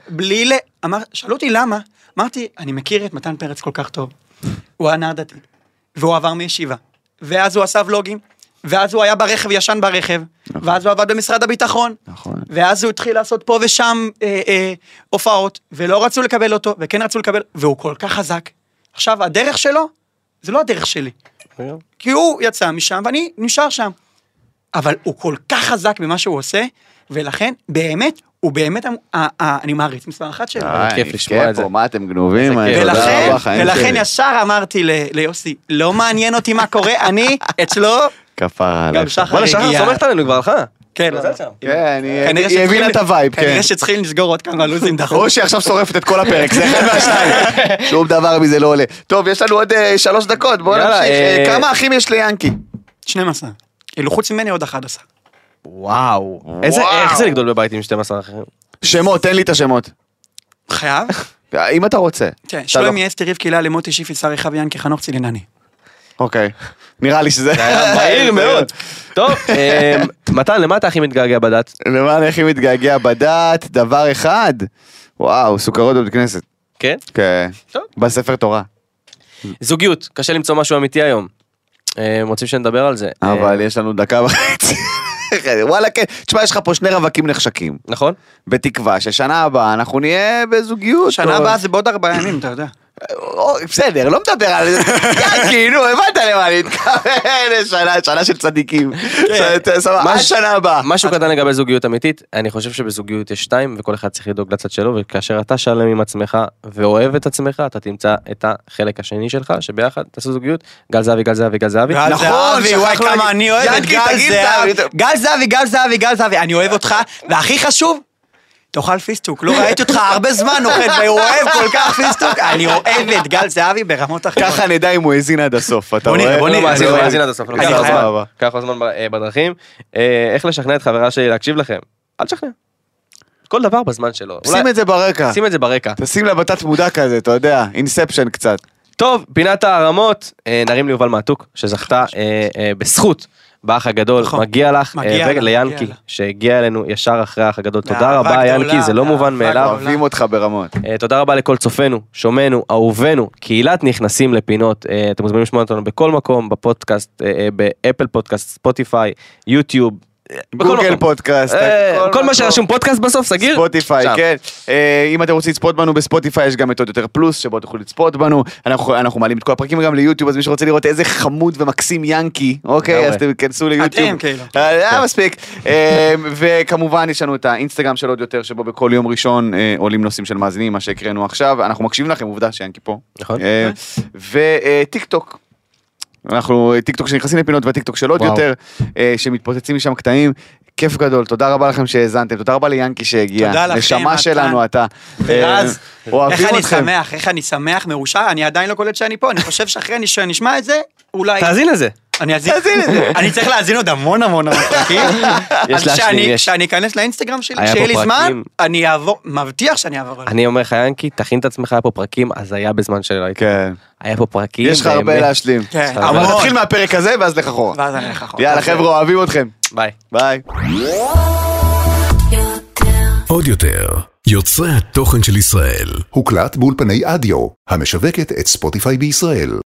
שאלו אותי למה, אמרתי, אני מכיר את מתן פרץ כל כך טוב. הוא היה נער דתי, והוא עבר מישיבה, ואז הוא עשה ולוגים, ואז הוא היה ברכב, ישן ברכב, ואז הוא עבד במשרד הביטחון, ואז הוא התחיל לעשות פה ושם הופעות, ולא רצו לקבל אותו, וכן רצו לקבל, והוא כל כך חזק. עכשיו, הדרך שלו, זה לא הדרך שלי. כי הוא יצא משם, ואני נשאר שם. אבל הוא כל כך חזק במה שהוא עושה, ולכן, באמת, הוא באמת, אני מעריץ מספר 1 שלו. כיף לשמוע את זה. מה אתם גנובים? ולכן ישר אמרתי ליוסי, לא מעניין אותי מה קורה, אני אצלו, כפרה עליך. גם שחר הגיע. שחר סומכת עלינו כבר, כן, היא הבינה את הווייב, כן. כנראה שצריכים לסגור עוד כמה לוזים דחו. או שעכשיו שורפת את כל הפרק, זה אחד מהשניים. שום דבר מזה לא עולה. טוב, יש לנו עוד 3 דקות, בואו נמשיך. כמה אחים יש ליאנקי? 12. כאילו חוץ ממני עוד 11. וואו. איך זה לגדול בבית עם 12 אחרים? שמות, תן לי את השמות. חייב? אם אתה רוצה. שלומי אסתר רבקי למוטי שיפי שר רחב ינקי חנוך צילינני. אוקיי. נראה לי שזה היה מהיר מאוד. טוב, מתן, למה אתה הכי מתגעגע בדת? למה אני הכי מתגעגע בדת? דבר אחד. וואו, סוכרות בבית כנסת. כן? כן. בספר תורה. זוגיות, קשה למצוא משהו אמיתי היום. רוצים שנדבר על זה. אבל יש לנו 1.5 דקות. וואלה כן, תשמע, יש לך פה שני רווקים נחשקים. נכון. בתקווה ששנה הבאה אנחנו נהיה בזוגיות. שנה הבאה זה בעוד 4 ימים, אתה יודע. בסדר, לא מדבר על זה, כאילו, הבנת למה אני מתכוון, שנה של צדיקים, שנה הבאה. משהו קטן לגבי זוגיות אמיתית, אני חושב שבזוגיות יש 2, וכל אחד צריך לדאוג לצד שלו, וכאשר אתה שלם עם עצמך, ואוהב את עצמך, אתה תמצא את החלק השני שלך, שביחד תעשו זוגיות, גל זהבי, גל זהבי, גל זהבי. נכון, וואי כמה אני אוהב את גל זהבי, גל זהבי, גל זהבי, אני אוהב אותך, והכי חשוב, תאכל פיסטוק, לא ראיתי אותך הרבה זמן אוכל, והוא אוהב כל כך פיסטוק, אני אוהב את גל זהבי ברמות אחרות. ככה נדע אם הוא הזין עד הסוף, אתה רואה? בוא נראה, הוא הזין עד הסוף, ככה זמן בדרכים. איך לשכנע את חברה שלי להקשיב לכם? אל תשכנע. כל דבר בזמן שלו. שים את זה ברקע. שים את זה ברקע. תשים לה בתת מודע כזה, אתה יודע, אינספשן קצת. טוב, פינת הרמות, נרים ליובל מעתוק, שזכתה בזכות. באח הגדול, מגיע לך, ליאנקי, שהגיע אלינו ישר אחרי האח הגדול. תודה רבה ינקי, זה לא מובן מאליו. אוהבים אותך ברמות. תודה רבה לכל צופנו, שומנו, אהובנו, קהילת נכנסים לפינות. אתם מוזמנים לשמוע אותנו בכל מקום, בפודקאסט, באפל פודקאסט, ספוטיפיי, יוטיוב, גוגל פודקאסט, כל מה שרשום פודקאסט בסוף, סגיר. ספוטיפיי, כן. אם אתם רוצים לצפות בנו בספוטיפיי, יש גם את עוד יותר פלוס, שבו תוכלו לצפות בנו. אנחנו מעלים את כל הפרקים גם ליוטיוב, אז מי שרוצה לראות איזה חמוד ומקסים ינקי, אוקיי, אז תכנסו ליוטיוב. אתם כאילו. מספיק. וכמובן יש לנו את האינסטגרם של עוד יותר, שבו בכל יום ראשון עולים נושאים של מאזינים, מה שהקראנו עכשיו. אנחנו מקשיבים לכם, עובדה שיאנקי פה. נכון. וטיק טוק. אנחנו טיקטוק שנכנסים לפינות והטיקטוק של עוד יותר, שמתפוצצים משם קטעים, כיף גדול, תודה רבה לכם שהאזנתם, תודה רבה ליאנקי שהגיע, נשמה שלנו אתה, אוהבים אתכם. איך אני שמח, מאושר, אני עדיין לא קולט שאני פה, אני חושב שאחרי שנשמע את זה, אולי... תאזין לזה. אני צריך להאזין עוד המון פרקים, שאני אכנס לאינסטגרם שלי, שיהיה לי זמן, אני אעבור, מבטיח שאני אעבור עליו. אני אומר לך ינקי, תכין את עצמך, היה פה פרקים, אז היה בזמן שלא הייתי. היה פה פרקים. יש לך הרבה להשלים. אבל תתחיל מהפרק הזה, ואז לך אחורה. יאללה חבר'ה, אוהבים אתכם. ביי. ביי. עוד יותר, יוצרי התוכן של ישראל. הוקלט באולפני אדיו, המשווקת את ספוטיפיי בישראל.